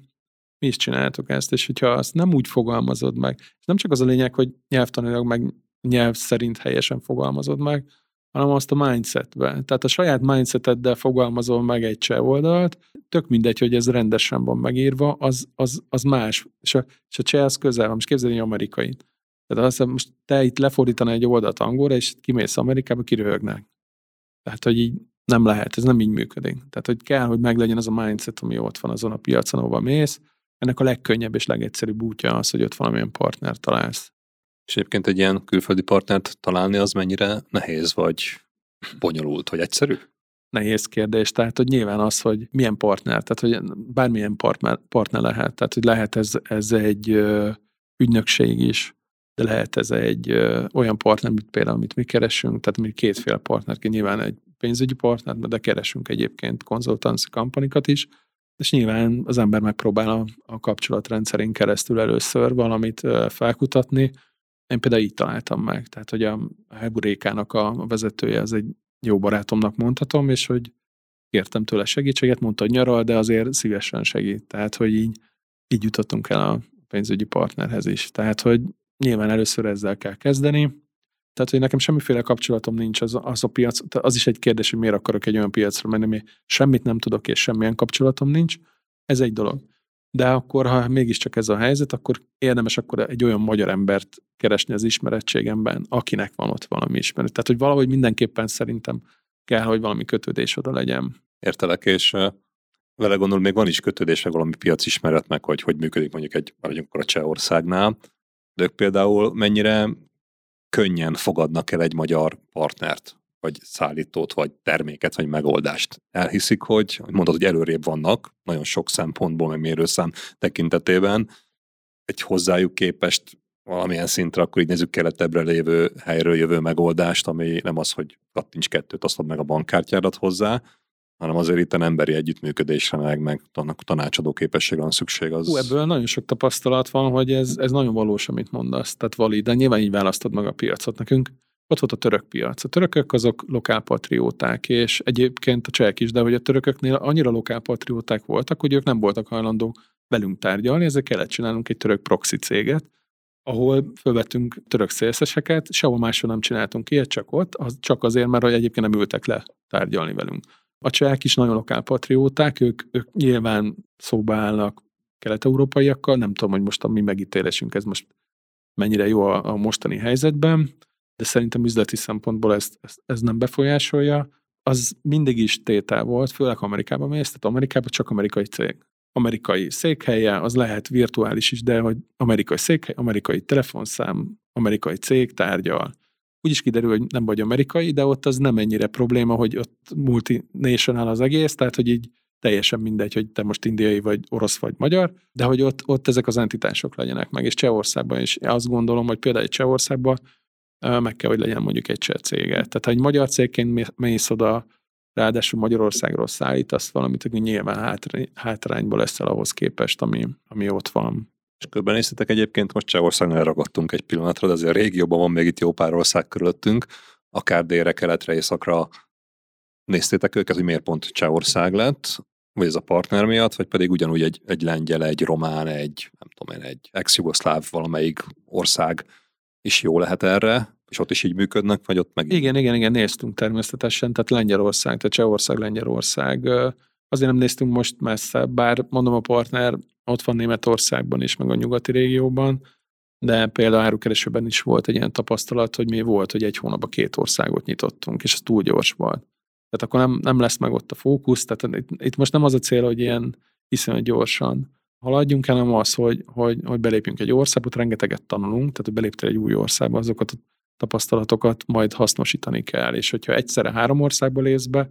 mi is csináltok ezt, és hogyha azt nem úgy fogalmazod meg, és nem csak az a lényeg, hogy nyelvtanilag meg nyelv szerint helyesen fogalmazod meg, hanem azt a mindsetbe. Tehát a saját mindseteddel fogalmazol meg egy cseh oldalt, tök mindegy, hogy ez rendesen van megírva, az más. És a cseh az közel van, most képzelni amerikai. Tehát azt most te itt lefordítaná egy oldalt angolra, és kimész Amerikába, kiröhögnek. Tehát, hogy így nem lehet, ez nem így működik. Tehát, hogy kell, hogy meglegyen az a mindset, ami ott van azon a piacon, ahova mész. Ennek a legkönnyebb és legegyszerűbb útja az, hogy ott valamilyen partnert találsz. És egyébként egy ilyen külföldi partnert találni az mennyire nehéz, vagy bonyolult, vagy egyszerű? Nehéz kérdés. Tehát, hogy nyilván az, hogy milyen partner, tehát, hogy bármilyen partner lehet. Tehát, hogy lehet ez egy ügynökség is, de lehet ez egy olyan partner, mint például, amit mi keresünk, tehát mi kétféle partnerként, nyilván egy pénzügyi partnert, de keresünk egyébként consultancy companikat is, és nyilván az ember megpróbál a kapcsolatrendszerén keresztül először valamit felkutatni. Én például így találtam meg, tehát hogy a Heurékának a vezetője, az egy jó barátomnak mondhatom, és hogy kértem tőle segítséget, mondta, hogy nyaral, de azért szívesen segít. Tehát, hogy így jutottunk el a pénzügyi partnerhez is. Tehát, hogy nyilván először ezzel kell kezdeni. Tehát, hogy nekem semmiféle kapcsolatom nincs az a piac. Az is egy kérdés, hogy miért akarok egy olyan piacra menni, ami semmit nem tudok, és semmilyen kapcsolatom nincs. Ez egy dolog. De akkor, ha mégiscsak ez a helyzet, akkor érdemes akkor egy olyan magyar embert keresni az ismerettségemben, akinek van ott valami ismeret. Tehát, hogy valahogy mindenképpen szerintem kell, hogy valami kötődés oda legyen. Értelek, és vele gondolom még van is kötődés, meg valami piacismeret, meg hogy működik mondjuk a Csehországnál. De ők például mennyire könnyen fogadnak el egy magyar partnert, vagy szállítót, vagy terméket, vagy megoldást. Elhiszik, hogy mondod, hogy előrébb vannak, nagyon sok szempontból, meg mérőszám tekintetében, egy hozzájuk képest valamilyen szintre, akkor így nézzük keletebbre lévő helyről jövő megoldást, ami nem az, hogy kattints kettőt, osztod meg a bankkártyádat hozzá, hanem azért itt emberi együttműködésre, meg tanácsadó képességre van szükség. Ebből nagyon sok tapasztalat van, hogy ez nagyon valós, amit mondasz, tehát valid, de nyilván így választod meg a piacot. Nekünk ott volt a török piac. A törökök azok lokálpatrióták, és egyébként a csehek is, de hogy a törököknél annyira lokálpatrióták voltak, hogy ők nem voltak hajlandók velünk tárgyalni, ezért kellett csinálnunk egy török proxy céget, ahol fölvettünk török szélszeseket, sehol máshol nem csináltunk ilyet, csak ott, csak azért, mert hogy egyébként nem ültek le tárgyalni velünk. A csehek is nagyon lokálpatrióták, ők nyilván szóba állnak kelet-európaiakkal, nem tudom, hogy most a mi megítélésünk ez most mennyire jó a mostani helyzetben, de szerintem üzleti szempontból ez nem befolyásolja. Az mindig is tétel volt, főleg Amerikában mész, tehát Amerikában csak amerikai cég. Amerikai székhelye, az lehet virtuális is, de hogy amerikai székhely, amerikai telefonszám, amerikai cég tárgyal. Úgy is kiderül, hogy nem vagy amerikai, de ott az nem ennyire probléma, hogy ott multinational az egész, tehát hogy így teljesen mindegy, hogy te most indiai vagy orosz vagy magyar, de hogy ott ezek az entitások legyenek meg, és Csehországban is azt gondolom, hogy például egy Csehországban meg kell, hogy legyen mondjuk egy cseh cége. Tehát ha egy magyar cégként mész oda, ráadásul Magyarországról szállítasz valamit, akkor nyilván hátrányba leszel ahhoz képest, ami ott van. És körbenéztetek egyébként, most Csehországnál ragadtunk egy pillanatra, de azért a régióban van még itt jó pár ország körülöttünk, akár délre, keletre, északra néztétek őket, hogy miért pont Csehország lett, vagy ez a partner miatt, vagy pedig ugyanúgy egy lengyel, egy román, egy ex-jugoszláv valamelyik ország is jó lehet erre, és ott is így működnek, vagy ott meg... Igen, néztünk természetesen, tehát Lengyelország, tehát Csehország, Lengyelország. Azért nem néztünk most messze, bár mondom a partner ott van Németországban is, meg a nyugati régióban, de például árukeresőben is volt egy ilyen tapasztalat, hogy mi volt, hogy egy hónapban 2 országot nyitottunk, és ez túl gyors volt. Tehát akkor nem lesz meg ott a fókusz, tehát itt most nem az a cél, hogy ilyen iszonyat gyorsan haladjunk, hanem az, hogy belépjünk egy országba, rengeteget tanulunk, tehát hogy beléptél egy új országba, azokat a tapasztalatokat majd hasznosítani kell, és hogyha egyszerre 3 országba lépsz be,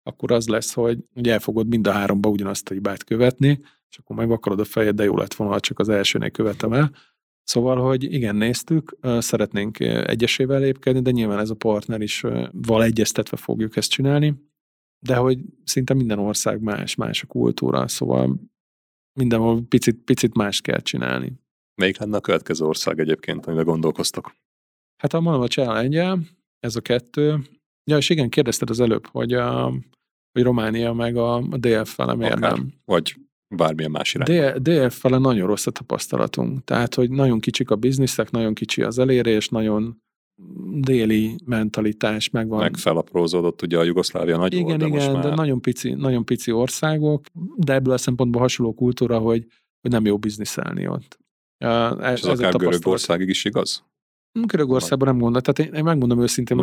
akkor az lesz, hogy el fogod mind a háromba ugyanazt a hibát követni, és akkor majd vakarod a fejed, de jó lett volna, csak az elsőnél követem el. Szóval, hogy igen, néztük, szeretnénk egyesével lépkedni, de nyilván ez a partner is val egyeztetve fogjuk ezt csinálni, de hogy szinte minden ország más a kultúra, szóval mindenhol picit más kell csinálni. Melyik lenne a következő ország egyébként, amivel gondolkoztok? Hát mondom, a cseh, lengyel, ez a kettő. Ja, és igen, kérdezted az előbb, hogy Románia meg a DF fele miért nem. Vagy bármilyen más irány. DF fele nagyon rossz a tapasztalatunk. Tehát, hogy nagyon kicsik a bizniszek, nagyon kicsi az elérés, nagyon déli mentalitás megvan. Meg felaprózódott ugye a Jugoszlávia nagy igen, volt, de most már... de nagyon pici országok, de ebből a szempontból hasonló kultúra, hogy nem jó bizniszelni ott. És ez akár Görögországig is igaz? Görögországban nem gondolok, tehát én megmondom őszintén,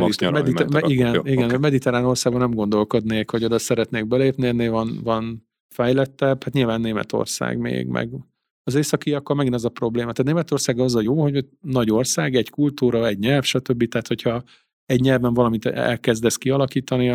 mediterrán országban nem gondolkodnék, hogy oda szeretnék belépni, ennél van fejlettebb, hát nyilván Németország még, meg az északiakkal megint az a probléma. Tehát Németország az a jó, hogy nagy ország, egy kultúra, egy nyelv, stb. Tehát, hogyha egy nyelven valamit elkezdesz kialakítani,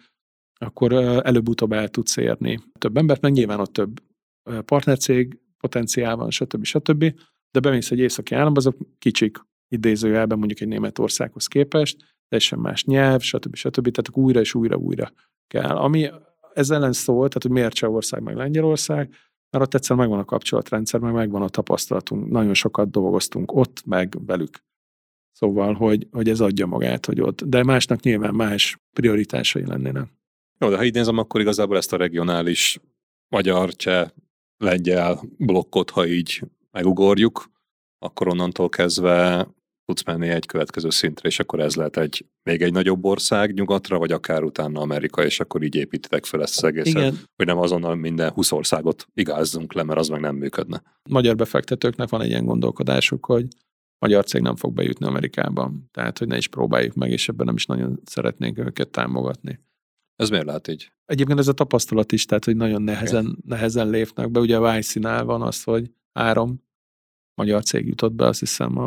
akkor előbb-utóbb el tudsz érni több embert, meg nyilván ott több partnercég potenciál van, stb. De bemész egy északi államban, azok kicsik, idézőjelben mondjuk egy Németországhoz képest, teljesen más nyelv, stb. Tehát újra és újra kell. Ami ez ellen szól, tehát hogy miért Csehország meg Lengyelország, mert ott egyszer megvan a kapcsolatrendszer, meg megvan a tapasztalatunk, nagyon sokat dolgoztunk ott, meg velük. Szóval, hogy ez adja magát, hogy ott. De másnak nyilván más prioritásai lennének. Jó, de ha így nézem, akkor igazából ezt a regionális magyar, cseh, lengyel blokkot, ha így megugorjuk, akkor onnantól kezdve tudsz menni egy következő szintre, és akkor ez lehet még egy nagyobb ország nyugatra, vagy akár utána Amerika, és akkor így építitek fel ezt az egészet. Igen. Hogy nem azonnal minden 20 országot igázzunk le, mert az meg nem működne. Magyar befektetőknek van egy ilyen gondolkodásuk, hogy magyar cég nem fog bejutni Amerikába. Tehát, hogy ne is próbáljuk meg, és ebben nem is nagyon szeretnénk őket támogatni. Ez miért lehet így? Egyébként ez a tapasztalat is, tehát, hogy nagyon nehezen lépnek be. Ugye a YC-nál van az, hogy 3 magyar cég jutott be, azt hiszem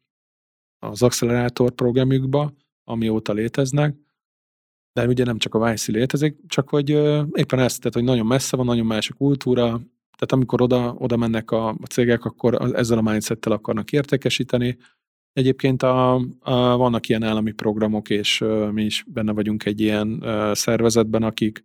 az accelerátor programjukba, amióta léteznek, de ugye nem csak a YC létezik, csak hogy éppen ezt, tehát, hogy nagyon messze van, nagyon más a kultúra, tehát amikor oda mennek a cégek, akkor ezzel a mindsettel akarnak értékesíteni. Egyébként vannak ilyen állami programok, és mi is benne vagyunk egy ilyen szervezetben,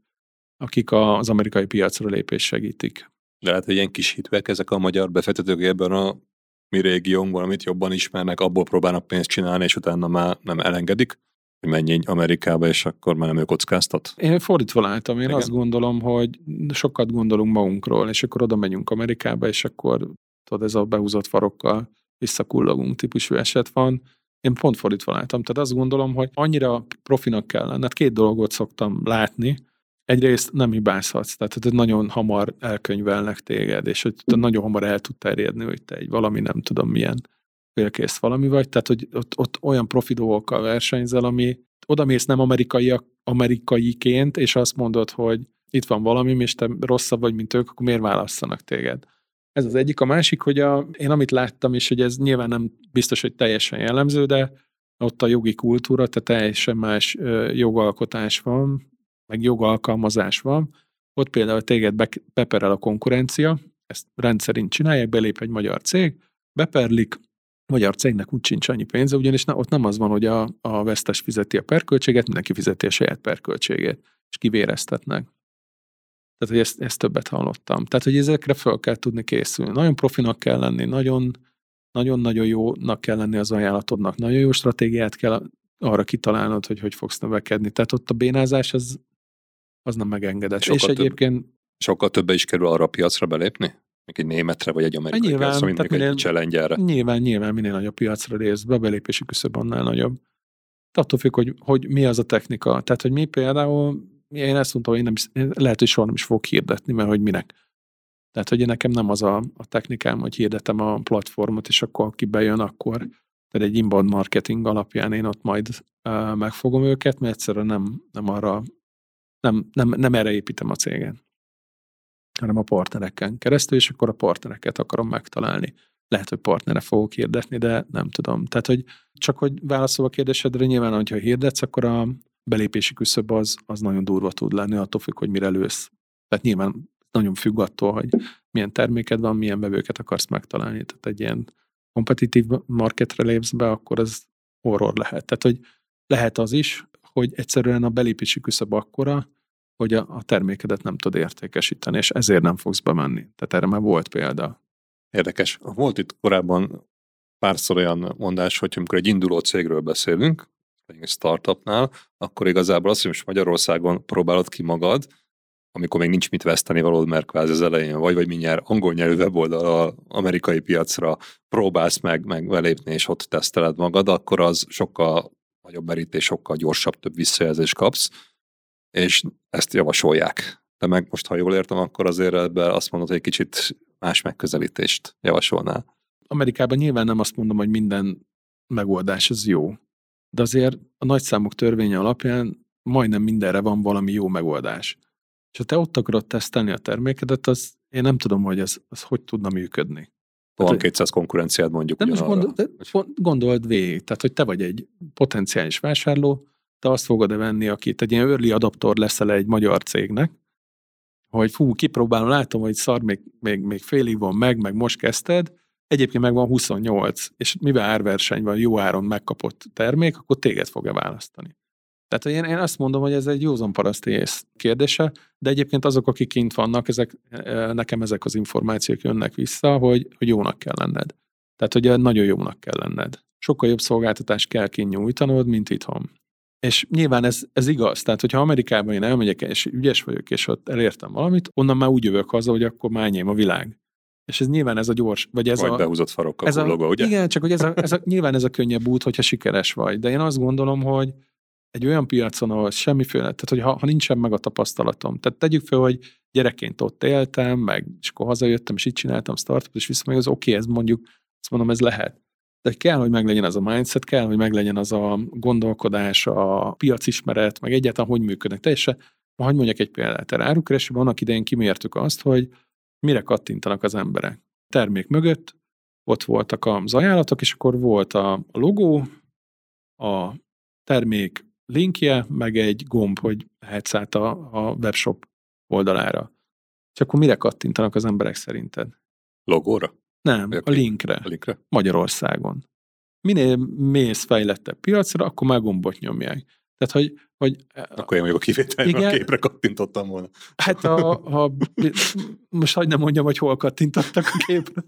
akik az amerikai piacra lépést segítik. De lehet, hogy ilyen kis hitűek ezek a magyar befektetők ebben a mi régiónkban, amit jobban ismernek, abból próbálnak pénzt csinálni, és utána már nem elengedik, hogy menj Amerikába, és akkor már nem ő kockáztat. Én fordítva látom, én azt gondolom, hogy sokat gondolunk magunkról, és akkor oda megyünk Amerikába, és akkor tudod, ez a behúzott farokkal visszakullogunk típusú eset van. Én pont fordítva látom, tehát azt gondolom, hogy annyira profinak kell lenni. Hát 2 dolgot szoktam látni. Egyrészt nem hibázhatsz, tehát nagyon hamar elkönyvelnek téged, és hogy nagyon hamar el tud terjedni, hogy te egy valami nem tudom milyen félkész valami vagy, tehát hogy ott olyan profi dolgokkal versenyzel, ami odamész nem amerikaiként, és azt mondod, hogy itt van valami, és te rosszabb vagy, mint ők, akkor miért válasszanak téged? Ez az egyik. A másik, hogy én amit láttam, és hogy ez nyilván nem biztos, hogy teljesen jellemző, de ott a jogi kultúra, tehát teljesen más jogalkotás van, meg jogalkalmazás van. Ott például téged beperel a konkurencia, ezt rendszerint csinálják, belép egy magyar cég, beperlik, a magyar cégnek úgy sincs annyi pénze, ugyanis ott nem az van, hogy a vesztes fizeti a perköltséget, mindenki fizeti a saját perköltségét, és kivéreztetnek. Tehát, hogy ezt többet hallottam. Tehát, hogy ezekre fel kell tudni készülni. Nagyon profinak kell lenni, nagyon-nagyon jónak kell lenni az ajánlatodnak, nagyon jó stratégiát kell arra kitalálnod, hogy fogsz növekedni. Tehát ott a bénázás az nem megengedett. És egyébként... Sokkal többe is kerül arra a piacra belépni? Egy németre, vagy egy amerikai piacra, mint egy cselengyelre? Nyilván minél nagyobb piacra lépsz be, a belépési küszöb annál nagyobb. Attól függ, hogy mi az a technika. Tehát, hogy mi például, én ezt mondtam, hogy lehet, hogy soha nem is fogok hirdetni, mert hogy minek. Tehát, hogy nekem nem az a technikám, hogy hirdetem a platformot, és akkor aki bejön, akkor tehát egy inbound marketing alapján én ott majd megfogom őket, mert egyszerűen nem arra, nem erre építem a céget, hanem a partnereken keresztül, és akkor a partnereket akarom megtalálni. Lehet, hogy partnere fogok hirdetni, de nem tudom. Tehát, hogy csak hogy válaszol a kérdésedre, nyilván, hogyha hirdetsz, akkor belépési küszöb az nagyon durva tud lenni, attól függ, hogy mire lősz. Tehát nyilván nagyon függ attól, hogy milyen terméked van, milyen vevőket akarsz megtalálni. Tehát egy ilyen kompetitív marketre lépsz be, akkor az horror lehet. Tehát, hogy lehet az is, hogy egyszerűen a belépési küszöb akkora, hogy a termékedet nem tud értékesíteni, és ezért nem fogsz bemenni. Tehát erre már volt példa. Érdekes. Volt itt korábban párszor olyan mondás, hogy amikor egy induló cégről beszélünk, egy startupnál, akkor igazából azt, hogy most Magyarországon próbálod ki magad, amikor még nincs mit veszteni valód, mert kvázi az elején vagy mindjárt angol nyelvű weboldal amerikai piacra próbálsz meg belépni, és ott teszteled magad, akkor az sokkal nagyobb merítés, sokkal gyorsabb, több visszajelzést kapsz, és ezt javasolják. De meg most, ha jól értem, akkor azért ebben azt mondod, hogy egy kicsit más megközelítést javasolnál. Amerikában nyilván nem azt mondom, hogy minden megoldás az jó, de azért a nagyszámok törvénye alapján majdnem mindenre van valami jó megoldás. És ha te ott akarod tesztelni a termékedet, az én nem tudom, hogy az hogy tudna működni. Van 200 konkurenciád mondjuk. Nem is gondold végig, tehát hogy te vagy egy potenciális vásárló, te azt fogod-e venni, akit egy ilyen early adapter leszel egy magyar cégnek, hogy kipróbálom, látom, hogy szar, még félig van meg most kezdted, egyébként meg van 28, és mivel árverseny van, jó áron megkapott termék, akkor téged fogja választani. Tehát én azt mondom, hogy ez egy józan paraszti ész kérdése, de egyébként azok, akik kint vannak, nekem ezek az információk jönnek vissza, hogy jónak kell lenned. Tehát, hogy nagyon jónak kell lenned. Sokkal jobb szolgáltatást kell kint nyújtanod, mint itthon. És nyilván ez igaz. Tehát, hogyha Amerikában én elmegyek, és ügyes vagyok, és ott elértem valamit, onnan már úgy jövök haza, hogy akkor már enyém a világ. És ez nyilván ez a gyors, vagy behúzott farokkal kullogva, ugye? Igen, csak hogy nyilván ez a könnyebb út, hogyha sikeres vagy. De én azt gondolom, hogy egy olyan piacon, ahol semmiféle, tehát hogy ha nincsen meg a tapasztalatom, tehát tegyük fel, hogy gyerekként ott éltem, és akkor hazajöttem, és így csináltam startupot, és vissza meg az oké, ez mondjuk, azt mondom, ez lehet. De kell, hogy meglegyen az a mindset, kell, hogy meglegyen az a gondolkodás, a piacismeret, meg egyáltalán hogy működnek. Teljesen, hogy mondjak egy példát, erre árukeresőben annak idején kimértük azt, hogy mire kattintanak az emberek. A termék mögött ott voltak az ajánlatok, és akkor volt a logó, a termék linkje, meg egy gomb, hogy lehetsz át a webshop oldalára. És akkor mire kattintanak az emberek szerinted? Logóra? Nem, a linkre. Magyarországon. Minél mész fejlettebb piacra, akkor már gombot nyomják. Tehát, hogy akkor én vagyok a kivétel, a képre kattintottam volna. Hát most hagyd nem mondjam, hogy hol kattintottak a képre.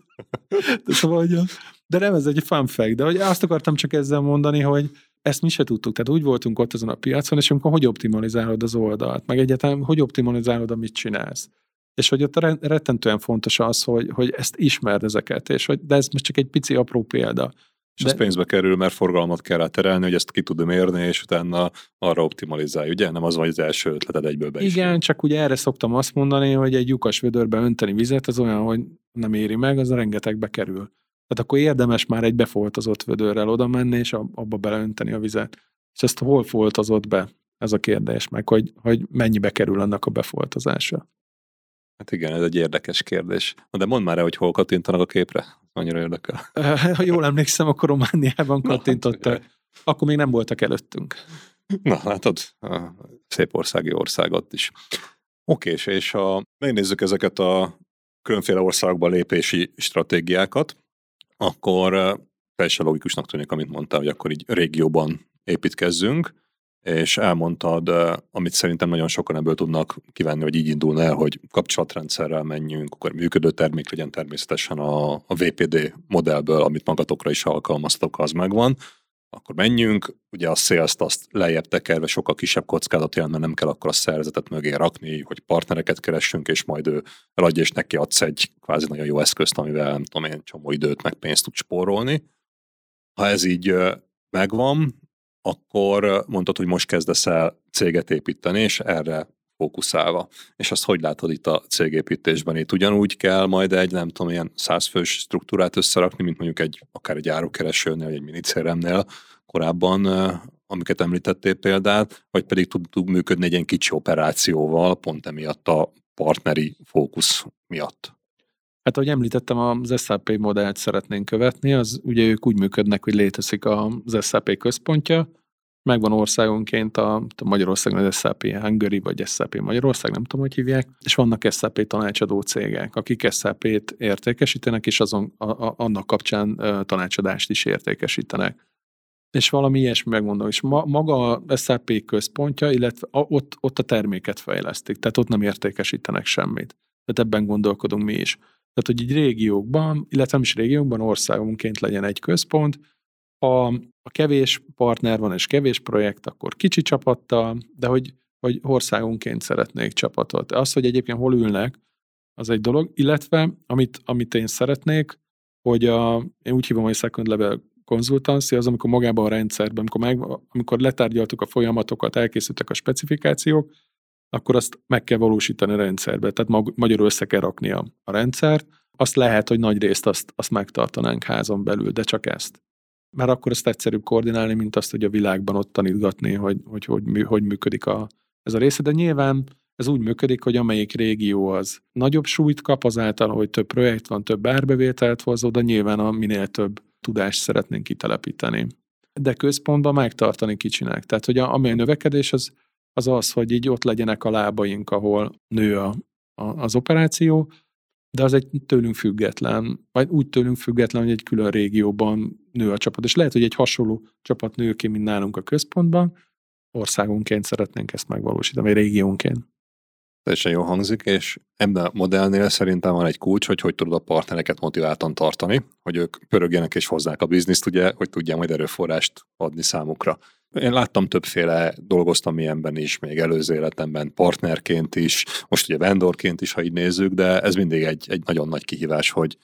De nem, ez egy fun fact. De hogy azt akartam csak ezzel mondani, hogy ezt mi se tudtuk. Tehát úgy voltunk ott azon a piacon, és amikor hogy optimalizálod az oldalt, meg egyáltalán hogy optimalizálod, amit csinálsz. És hogy ott rettentően fontos az, hogy ezt ismerd ezeket, de ez most csak egy pici apró példa. És ez pénzbe kerül, mert forgalmat kell rá terelni, hogy ezt ki tudom érni, és utána arra optimalizálj, ugye? Nem az van, hogy az első ötleted egyből be is. Igen, csak ugye erre szoktam azt mondani, hogy egy lyukas vödörbe önteni vizet, az olyan, hogy nem éri meg, az rengetegbe kerül. Tehát akkor érdemes már egy befoltozott vödörrel oda menni, és abba beleönteni a vizet. És ezt hol foltozott be? Ez a kérdés meg, hogy mennyibe kerül annak a befoltozása. Hát igen, ez egy érdekes kérdés. De mondd már el, hogy hol kattintanak a képre. Annyira érdekel. Ha jól emlékszem, akkor Romániában kattintottak. Akkor még nem voltak előttünk. Na, látod, szép országot is. Oké, és ha megnézzük ezeket a különféle országokba lépési stratégiákat, akkor teljesen logikusnak tűnik, amit mondtál, hogy akkor így régióban építkezzünk, és elmondtad, amit szerintem nagyon sokan ebből tudnak kivenni, hogy így indulna el, hogy kapcsolatrendszerrel menjünk, akkor működő termék legyen természetesen a VPD modellből, amit magatokra is alkalmaztok, az megvan, akkor menjünk, ugye a sales-t azt lejjebb tekerve sokkal kisebb kockázat jelent, mert nem kell akkor a szervezetet mögé rakni, hogy partnereket keressünk, és majd ő eladja, és neki adsz egy kvázi nagyon jó eszközt, amivel nem tudom én csomó időt meg pénzt tud spórolni. Ha ez így megvan, akkor mondtad, hogy most kezdesz el céget építeni, és erre fókuszálva. És azt hogy látod itt a cégépítésben? Itt ugyanúgy kell majd egy, nem tudom, ilyen 100 fős struktúrát összerakni, mint mondjuk akár egy árukeresőnél, vagy egy minicéremnél korábban, amiket említettél példát, vagy pedig tud működni egy ilyen kicsi operációval, pont emiatt a partneri fókusz miatt. Hát, ahogy említettem, az SAP modellt szeretnénk követni, az ugye ők úgy működnek, hogy létezik az SAP központja, megvan országonként a Magyarországon az SAP Hungary, vagy SAP Magyarország, nem tudom, hogy hívják, és vannak SAP tanácsadó cégek, akik SAP-t értékesítenek, és annak kapcsán tanácsadást is értékesítenek. És valami ilyesmi megmondom, és maga a SAP központja, illetve ott a terméket fejlesztik, tehát ott nem értékesítenek semmit. Tehát ebben gondolkodunk mi is. Tehát, hogy így régiókban, illetve nem is régiókban, országonként legyen egy központ, ha a kevés partner van és kevés projekt, akkor kicsi csapattal, de hogy országonként szeretnék csapatot. Az, hogy egyébként hol ülnek, az egy dolog, illetve amit én szeretnék, hogy én úgy hívom, hogy second level konzultancy, az, amikor magában a rendszerben, amikor letárgyaltuk a folyamatokat, elkészültek a specifikációk, akkor azt meg kell valósítani a rendszerbe, tehát magyarul össze kell rakni a rendszert. Azt lehet, hogy nagy részt azt megtartanánk házon belül, de csak ezt. Mert akkor azt egyszerűbb koordinálni, mint azt, hogy a világban ott tanítgatni, hogy működik ez a része. De nyilván ez úgy működik, hogy amelyik régió az nagyobb súlyt kap azáltal, hogy több projekt van, több árbevételt hozó, de nyilván minél több tudást szeretnénk kitelepíteni. De központban megtartani kicsinek. Tehát, hogy amely növekedés az, hogy így ott legyenek a lábaink, ahol nő az operáció, de az egy tőlünk független, vagy úgy tőlünk független, hogy egy külön régióban nő a csapat. És lehet, hogy egy hasonló csapat nő ki, mint nálunk a központban, országonként szeretnénk ezt megvalósítani, vagy régiónként. Teljesen jól hangzik, és ebben a modellnél szerintem van egy kulcs, hogy tudod a partnereket motiváltan tartani, hogy ők pörögjenek és hozzák a bizniszt, ugye, hogy tudják majd erőforrást adni számukra. Én láttam többféle, dolgoztam ilyenben is, még előző életemben partnerként is, most ugye vendorként is, ha így nézzük, de ez mindig egy nagyon nagy kihívás, hogy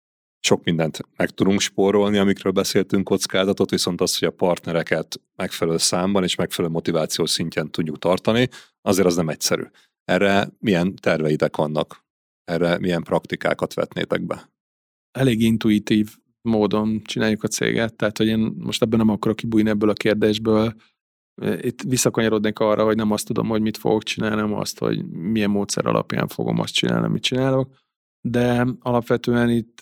sok mindent meg tudunk spórolni, amikről beszéltünk, kockázatot, viszont az, hogy a partnereket megfelelő számban és megfelelő motivációs szintjen tudjuk tartani, azért az nem egyszerű. Erre milyen terveitek vannak? Erre milyen praktikákat vetnétek be? Elég intuitív módon csináljuk a céget, tehát hogy én most ebben nem akarok kibújni ebből a kérdésből. Itt visszakanyarodnék arra, hogy nem azt tudom, hogy mit fogok csinálni, nem azt, hogy milyen módszer alapján fogom azt csinálni, amit csinálok, de alapvetően itt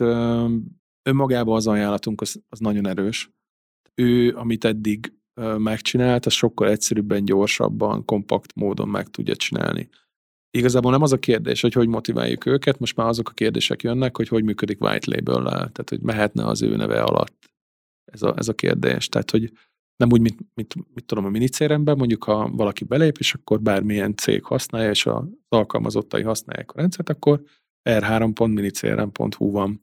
önmagában az ajánlatunk az nagyon erős. Ő, amit eddig megcsinált, az sokkal egyszerűbben, gyorsabban, kompakt módon meg tudja csinálni. Igazából nem az a kérdés, hogy motiváljuk őket, most már azok a kérdések jönnek, hogy működik white label-lel, tehát hogy mehetne az ő neve alatt ez a kérdés. Tehát, hogy nem úgy, mint tudom, a minicéremben, mondjuk ha valaki belép, és akkor bármilyen cég használja, és az alkalmazottai használják a rendszert, akkor r3.minicérem.hu van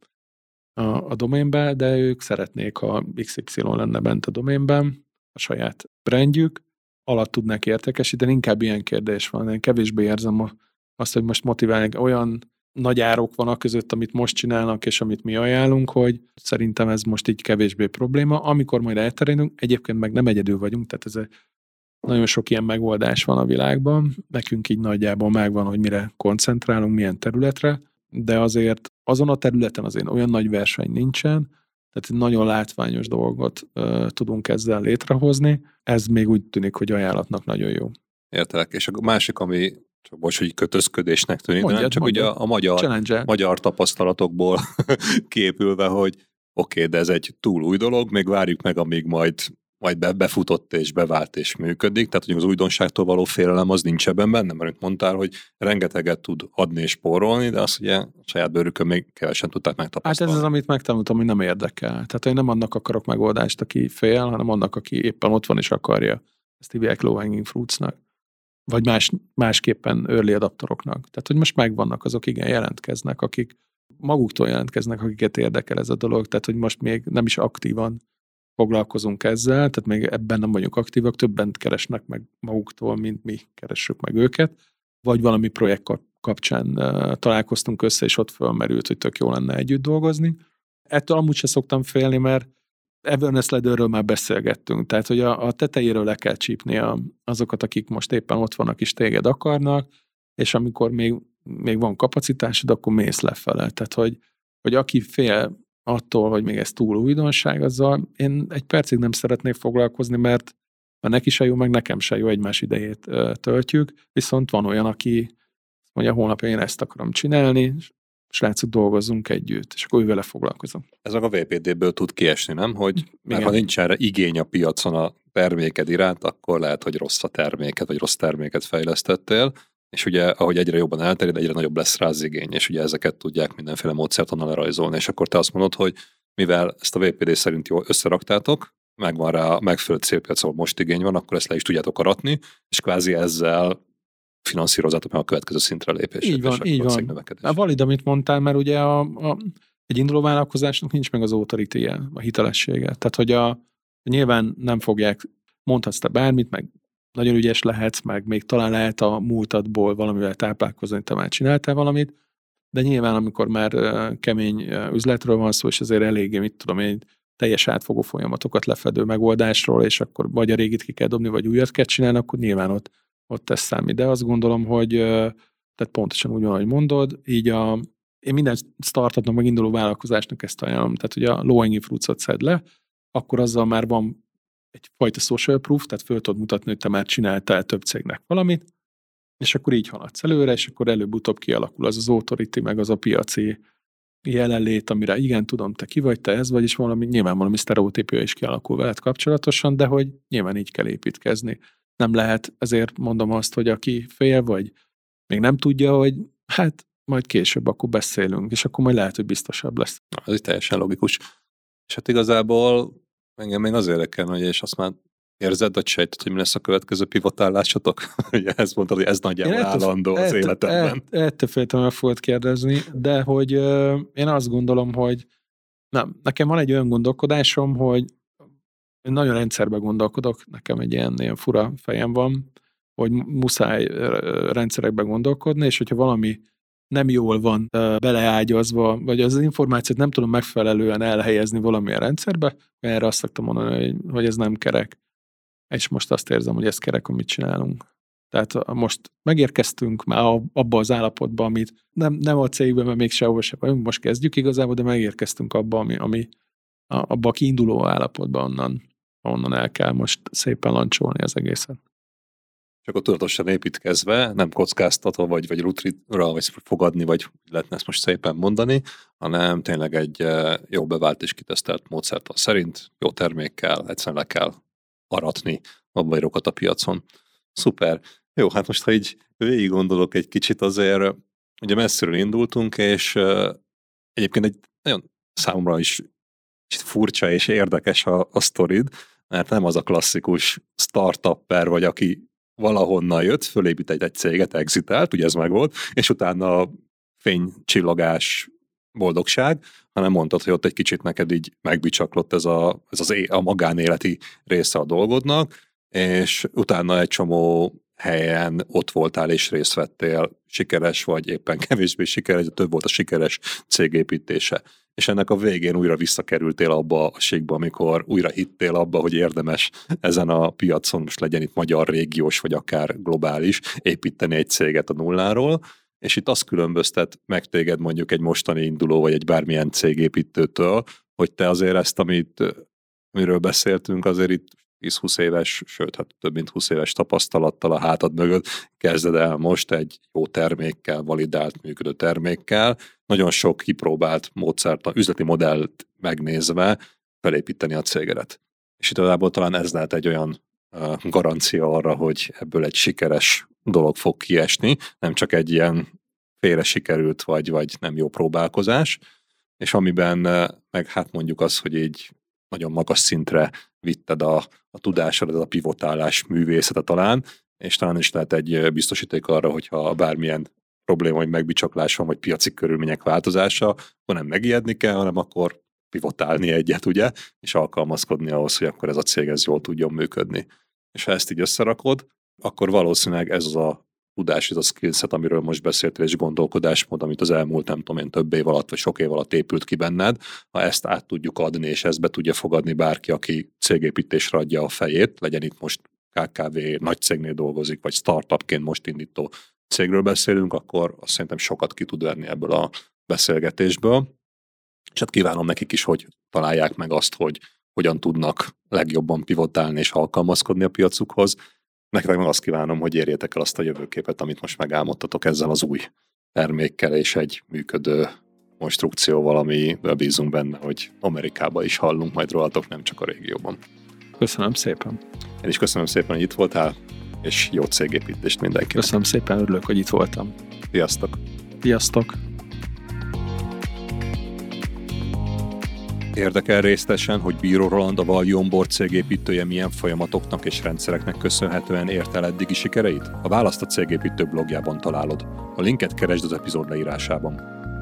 a doménben, de ők szeretnék, ha XY lenne bent a doménben, a saját brandjük, alatt tudnák értékesíteni, inkább ilyen kérdés van. Én kevésbé érzem azt, hogy most motiválják. Olyan nagy árok van a között, amit most csinálnak, és amit mi ajánlunk, hogy szerintem ez most így kevésbé probléma. Amikor majd elterjedünk, egyébként meg nem egyedül vagyunk, tehát nagyon sok ilyen megoldás van a világban. Nekünk így nagyjából megvan, hogy mire koncentrálunk, milyen területre, de azért azon a területen azért olyan nagy verseny nincsen, tehát egy nagyon látványos dolgot tudunk ezzel létrehozni. Ez még úgy tűnik, hogy ajánlatnak nagyon jó. Értelek. És a másik, ami csak most, hogy kötözködésnek tűnik, de nem csak ugye a magyar tapasztalatokból képülve, hogy oké, de ez egy túl új dolog, még várjuk meg, amíg majd befutott és bevált és működik, tehát hogy az újdonságtól való félelem az nincs ebben benne, mert mondtál, hogy rengeteget tud adni és spórolni, de azt ugye a saját bőrükön még kevesen tudták megtapasztalni. Hát ez az, amit megtanultam, hogy nem érdekel. Tehát én nem annak akarok megoldást, aki fél, hanem annak, aki éppen ott van és akarja. Ezt hívják low hanging fruitsnak. Vagy másképpen early adapteroknak. Tehát, hogy most megvannak azok, igen, jelentkeznek, akik maguktól jelentkeznek, akiket érdekel ez a dolog, tehát, hogy most még nem is aktívan foglalkozunk ezzel, tehát még ebben nem vagyunk aktívak, többen keresnek meg maguktól, mint mi keressük meg őket, vagy valami projekt kapcsán találkoztunk össze, és ott fölmerült, hogy tök jó lenne együtt dolgozni. Ettől amúgy se szoktam félni, mert Awareness Ladderről már beszélgettünk, tehát hogy a tetejéről le kell csípni azokat, akik most éppen ott vannak és téged akarnak, és amikor még van kapacitásod, akkor mész lefele. Tehát, hogy aki fél attól, hogy még ez túl újdonság, azzal én egy percig nem szeretnék foglalkozni, mert neki se jó, meg nekem se jó, egymás idejét töltjük, viszont van olyan, aki mondja, holnap én ezt akarom csinálni, srácok, dolgozzunk együtt, és akkor ő vele foglalkozom. Ez a VPD-ből tud kiesni, nem? Hogy mert ha nincs erre igény a piacon a terméked iránt, akkor lehet, hogy rossz a terméket, vagy rossz terméket fejlesztettél, és ugye, ahogy egyre jobban elterjed, egyre nagyobb lesz rá az igény, és ugye ezeket tudják mindenféle módszertannal lerajzolni, és akkor te azt mondod, hogy mivel ezt a VPD szerint jól összeraktátok, megvan rá a megfelelő célpiac, ahol most igény van, akkor ezt le is tudjátok aratni, és kvázi ezzel finanszírozzátok meg a következő szintre lépését. Így van, így van. Valid, amit mondtál, mert ugye egy induló vállalkozásnak nincs meg az authority-je, a hitelessége. Tehát, hogy nyilván nem fogják, mondhatsz te bármit, meg nagyon ügyes lehetsz, meg még talán lehet a múltadból valamivel táplálkozni, te már csináltál valamit, de nyilván, amikor már kemény üzletről van szó, és azért eléggé, mit tudom én, teljes átfogó folyamatokat lefedő megoldásról, és akkor vagy a régit ki kell dobni, vagy újat kell csinálni, akkor nyilván ott ez számít. De azt gondolom, hogy tehát pontosan úgy van, ahogy mondod, így én minden startupnak, meg induló vállalkozásnak ezt ajánlom. Tehát, hogy a low-hanging fruits-ot szed le, akkor azzal már van egyfajta social proof, tehát föl tudod mutatni, hogy te már csináltál több cégnek valamit, és akkor így haladsz előre, és akkor előbb-utóbb kialakul az authority, meg az a piaci jelenlét, amire igen, tudom, te ki vagy, te ez vagy, és nyilván valami sztereotípia is kialakul veled kapcsolatosan, de hogy nyilván így kell építkezni. Nem lehet, ezért mondom azt, hogy aki fél, vagy még nem tudja, hogy hát majd később akkor beszélünk, és akkor majd lehet, hogy biztosabb lesz. Ez így teljesen logikus. És hát igazából engem még az érdekel, hogy és azt már érzed, vagy sejted, hogy mi lesz a következő pivotállásotok? Ugye ezt mondtad, hogy ez nagyjából állandó az életemben. Ettől féltem, meg fogod kérdezni, de hogy én azt gondolom, hogy nekem van egy olyan gondolkodásom, hogy én nagyon rendszerben gondolkodok, nekem egy ilyen fura fejem van, hogy muszáj rendszerekben gondolkodni, és hogyha valami nem jól van beleágyazva, vagy az információt nem tudom megfelelően elhelyezni valamilyen rendszerbe, erre azt szoktam mondani, hogy ez nem kerek. És most azt érzem, hogy ez kerek, amit csinálunk. Tehát most megérkeztünk már abba az állapotba, amit nem a cégben, mert még sehova se vagyunk, most kezdjük igazából, de megérkeztünk abba, abba a kiinduló állapotba onnan el kell most szépen lancsolni az egészet. És akkor tudatosan építkezve, nem kockáztatva, vagy rutritra, vagy fogadni, vagy lehetne ezt most szépen mondani, hanem tényleg egy jó bevált és kitesztelt módszertan szerint, jó termékkel, egyszerűen le kell aratni a bajrokat a piacon. Szuper. Jó, hát most, ha így végig gondolok egy kicsit, azért ugye messziről indultunk, és egyébként egy nagyon számomra is furcsa és érdekes a sztorid, mert nem az a klasszikus startupper, vagy aki valahonnan jött, fölépít egy céget, exitált, ugye ez megvolt, és utána fénycsillagás, boldogság, hanem mondtad, hogy ott egy kicsit neked így megbicsaklott ez a magánéleti része a dolgodnak, és utána egy csomó helyen ott voltál és részt vettél, sikeres vagy éppen kevésbé sikeres, de több volt a sikeres cégépítése. És ennek a végén újra visszakerültél abba a ségbe, amikor újra hittél abba, hogy érdemes ezen a piacon, most legyen itt magyar, régiós, vagy akár globális, építeni egy céget a nulláról, és itt azt különböztet meg téged mondjuk egy mostani induló, vagy egy bármilyen cégépítőtől, hogy te azért ezt, amiről beszéltünk, azért itt 10-20 éves, sőt, hát több mint 20 éves tapasztalattal a hátad mögött kezded el most egy jó termékkel, validált, működő termékkel, nagyon sok kipróbált módszert, üzleti modellt megnézve felépíteni a cégedet. És itt talán ez lehet egy olyan garancia arra, hogy ebből egy sikeres dolog fog kiesni, nem csak egy ilyen félre sikerült, vagy nem jó próbálkozás, és amiben meg hát mondjuk az, hogy így nagyon magas szintre vitted a tudásodat, a pivotálás művészete talán, és talán is lehet egy biztosíték arra, hogyha bármilyen probléma, vagy megbicsaklás van, vagy piaci körülmények változása, akkor nem megijedni kell, hanem akkor pivotálni egyet, ugye, és alkalmazkodni ahhoz, hogy akkor ez a cég ez jól tudjon működni. És ha ezt így összerakod, akkor valószínűleg ez az a tudás, ez a skillset, amiről most beszéltél, és gondolkodásmód, amit az elmúlt, nem tudom én, több év alatt, vagy sok év alatt épült ki benned, ha ezt át tudjuk adni, és ezt be tudja fogadni bárki, aki cégépítésre adja a fejét, legyen itt most KKV, nagy cégnél dolgozik, vagy startupként most indító cégről beszélünk, akkor azt szerintem sokat ki tud venni ebből a beszélgetésből. És hát kívánom nekik is, hogy találják meg azt, hogy hogyan tudnak legjobban pivotálni és alkalmazkodni a piacukhoz. Nektek meg azt kívánom, hogy érjétek el azt a jövőképet, amit most megálmodtatok ezzel az új termékkel és egy működő konstrukcióval, amiben bízunk benne, hogy Amerikában is hallunk majd rólatok, nem csak a régióban. Köszönöm szépen. Én is köszönöm szépen, hogy itt voltál, és jó cégépítést mindenkinek. Köszönöm szépen, örülök, hogy itt voltam. Sziasztok! Sziasztok! Érdekel részletesen, hogy Bíró Roland, a Value Onboard cégépítője milyen folyamatoknak és rendszereknek köszönhetően ért el eddigi sikereit? A választ a Cégépítő blogjában találod. A linket keresd az epizód leírásában.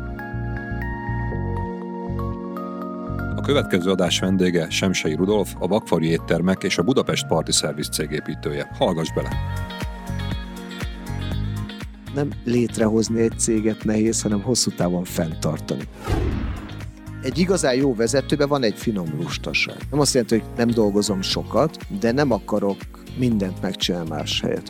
A következő adás vendége Semsei Rudolf, a Vakfari Éttermek és a Budapest Party Service cégépítője. Hallgass bele! Nem létrehozni egy céget nehéz, hanem hosszú távon fenntartani. Egy igazán jó vezetőben van egy finom lustaság. Nem azt jelenti, hogy nem dolgozom sokat, de nem akarok mindent megcsinálni más helyet.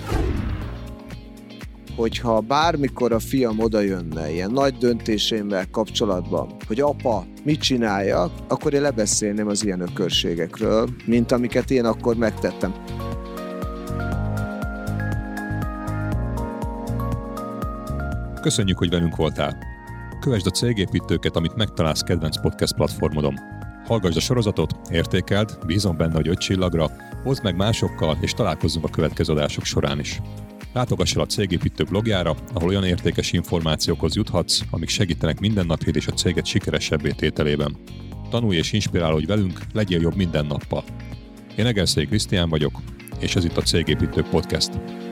Hogyha bármikor a fiam oda jönne ilyen nagy döntéseimmel kapcsolatban, hogy apa, mit csináljak, akkor én lebeszélném az ilyen ökörségekről, mint amiket én akkor megtettem. Köszönjük, hogy velünk voltál! Kövesd a Cégépítőket, amit megtalálsz kedvenc podcast platformodon. Hallgassd a sorozatot, értékeld, bízom benne, hogy 5 csillagra, hozd meg másokkal, és találkozzunk a következő adások során is. Látogass el a Cégépítő blogjára, ahol olyan értékes információkhoz juthatsz, amik segítenek mindennapjét és a céget sikeresebbé tételében. Tanulj és inspirálódj velünk, legyél jobb minden nappal. Én Egerszegi Krisztián vagyok, és ez itt a Cégépítő Podcast.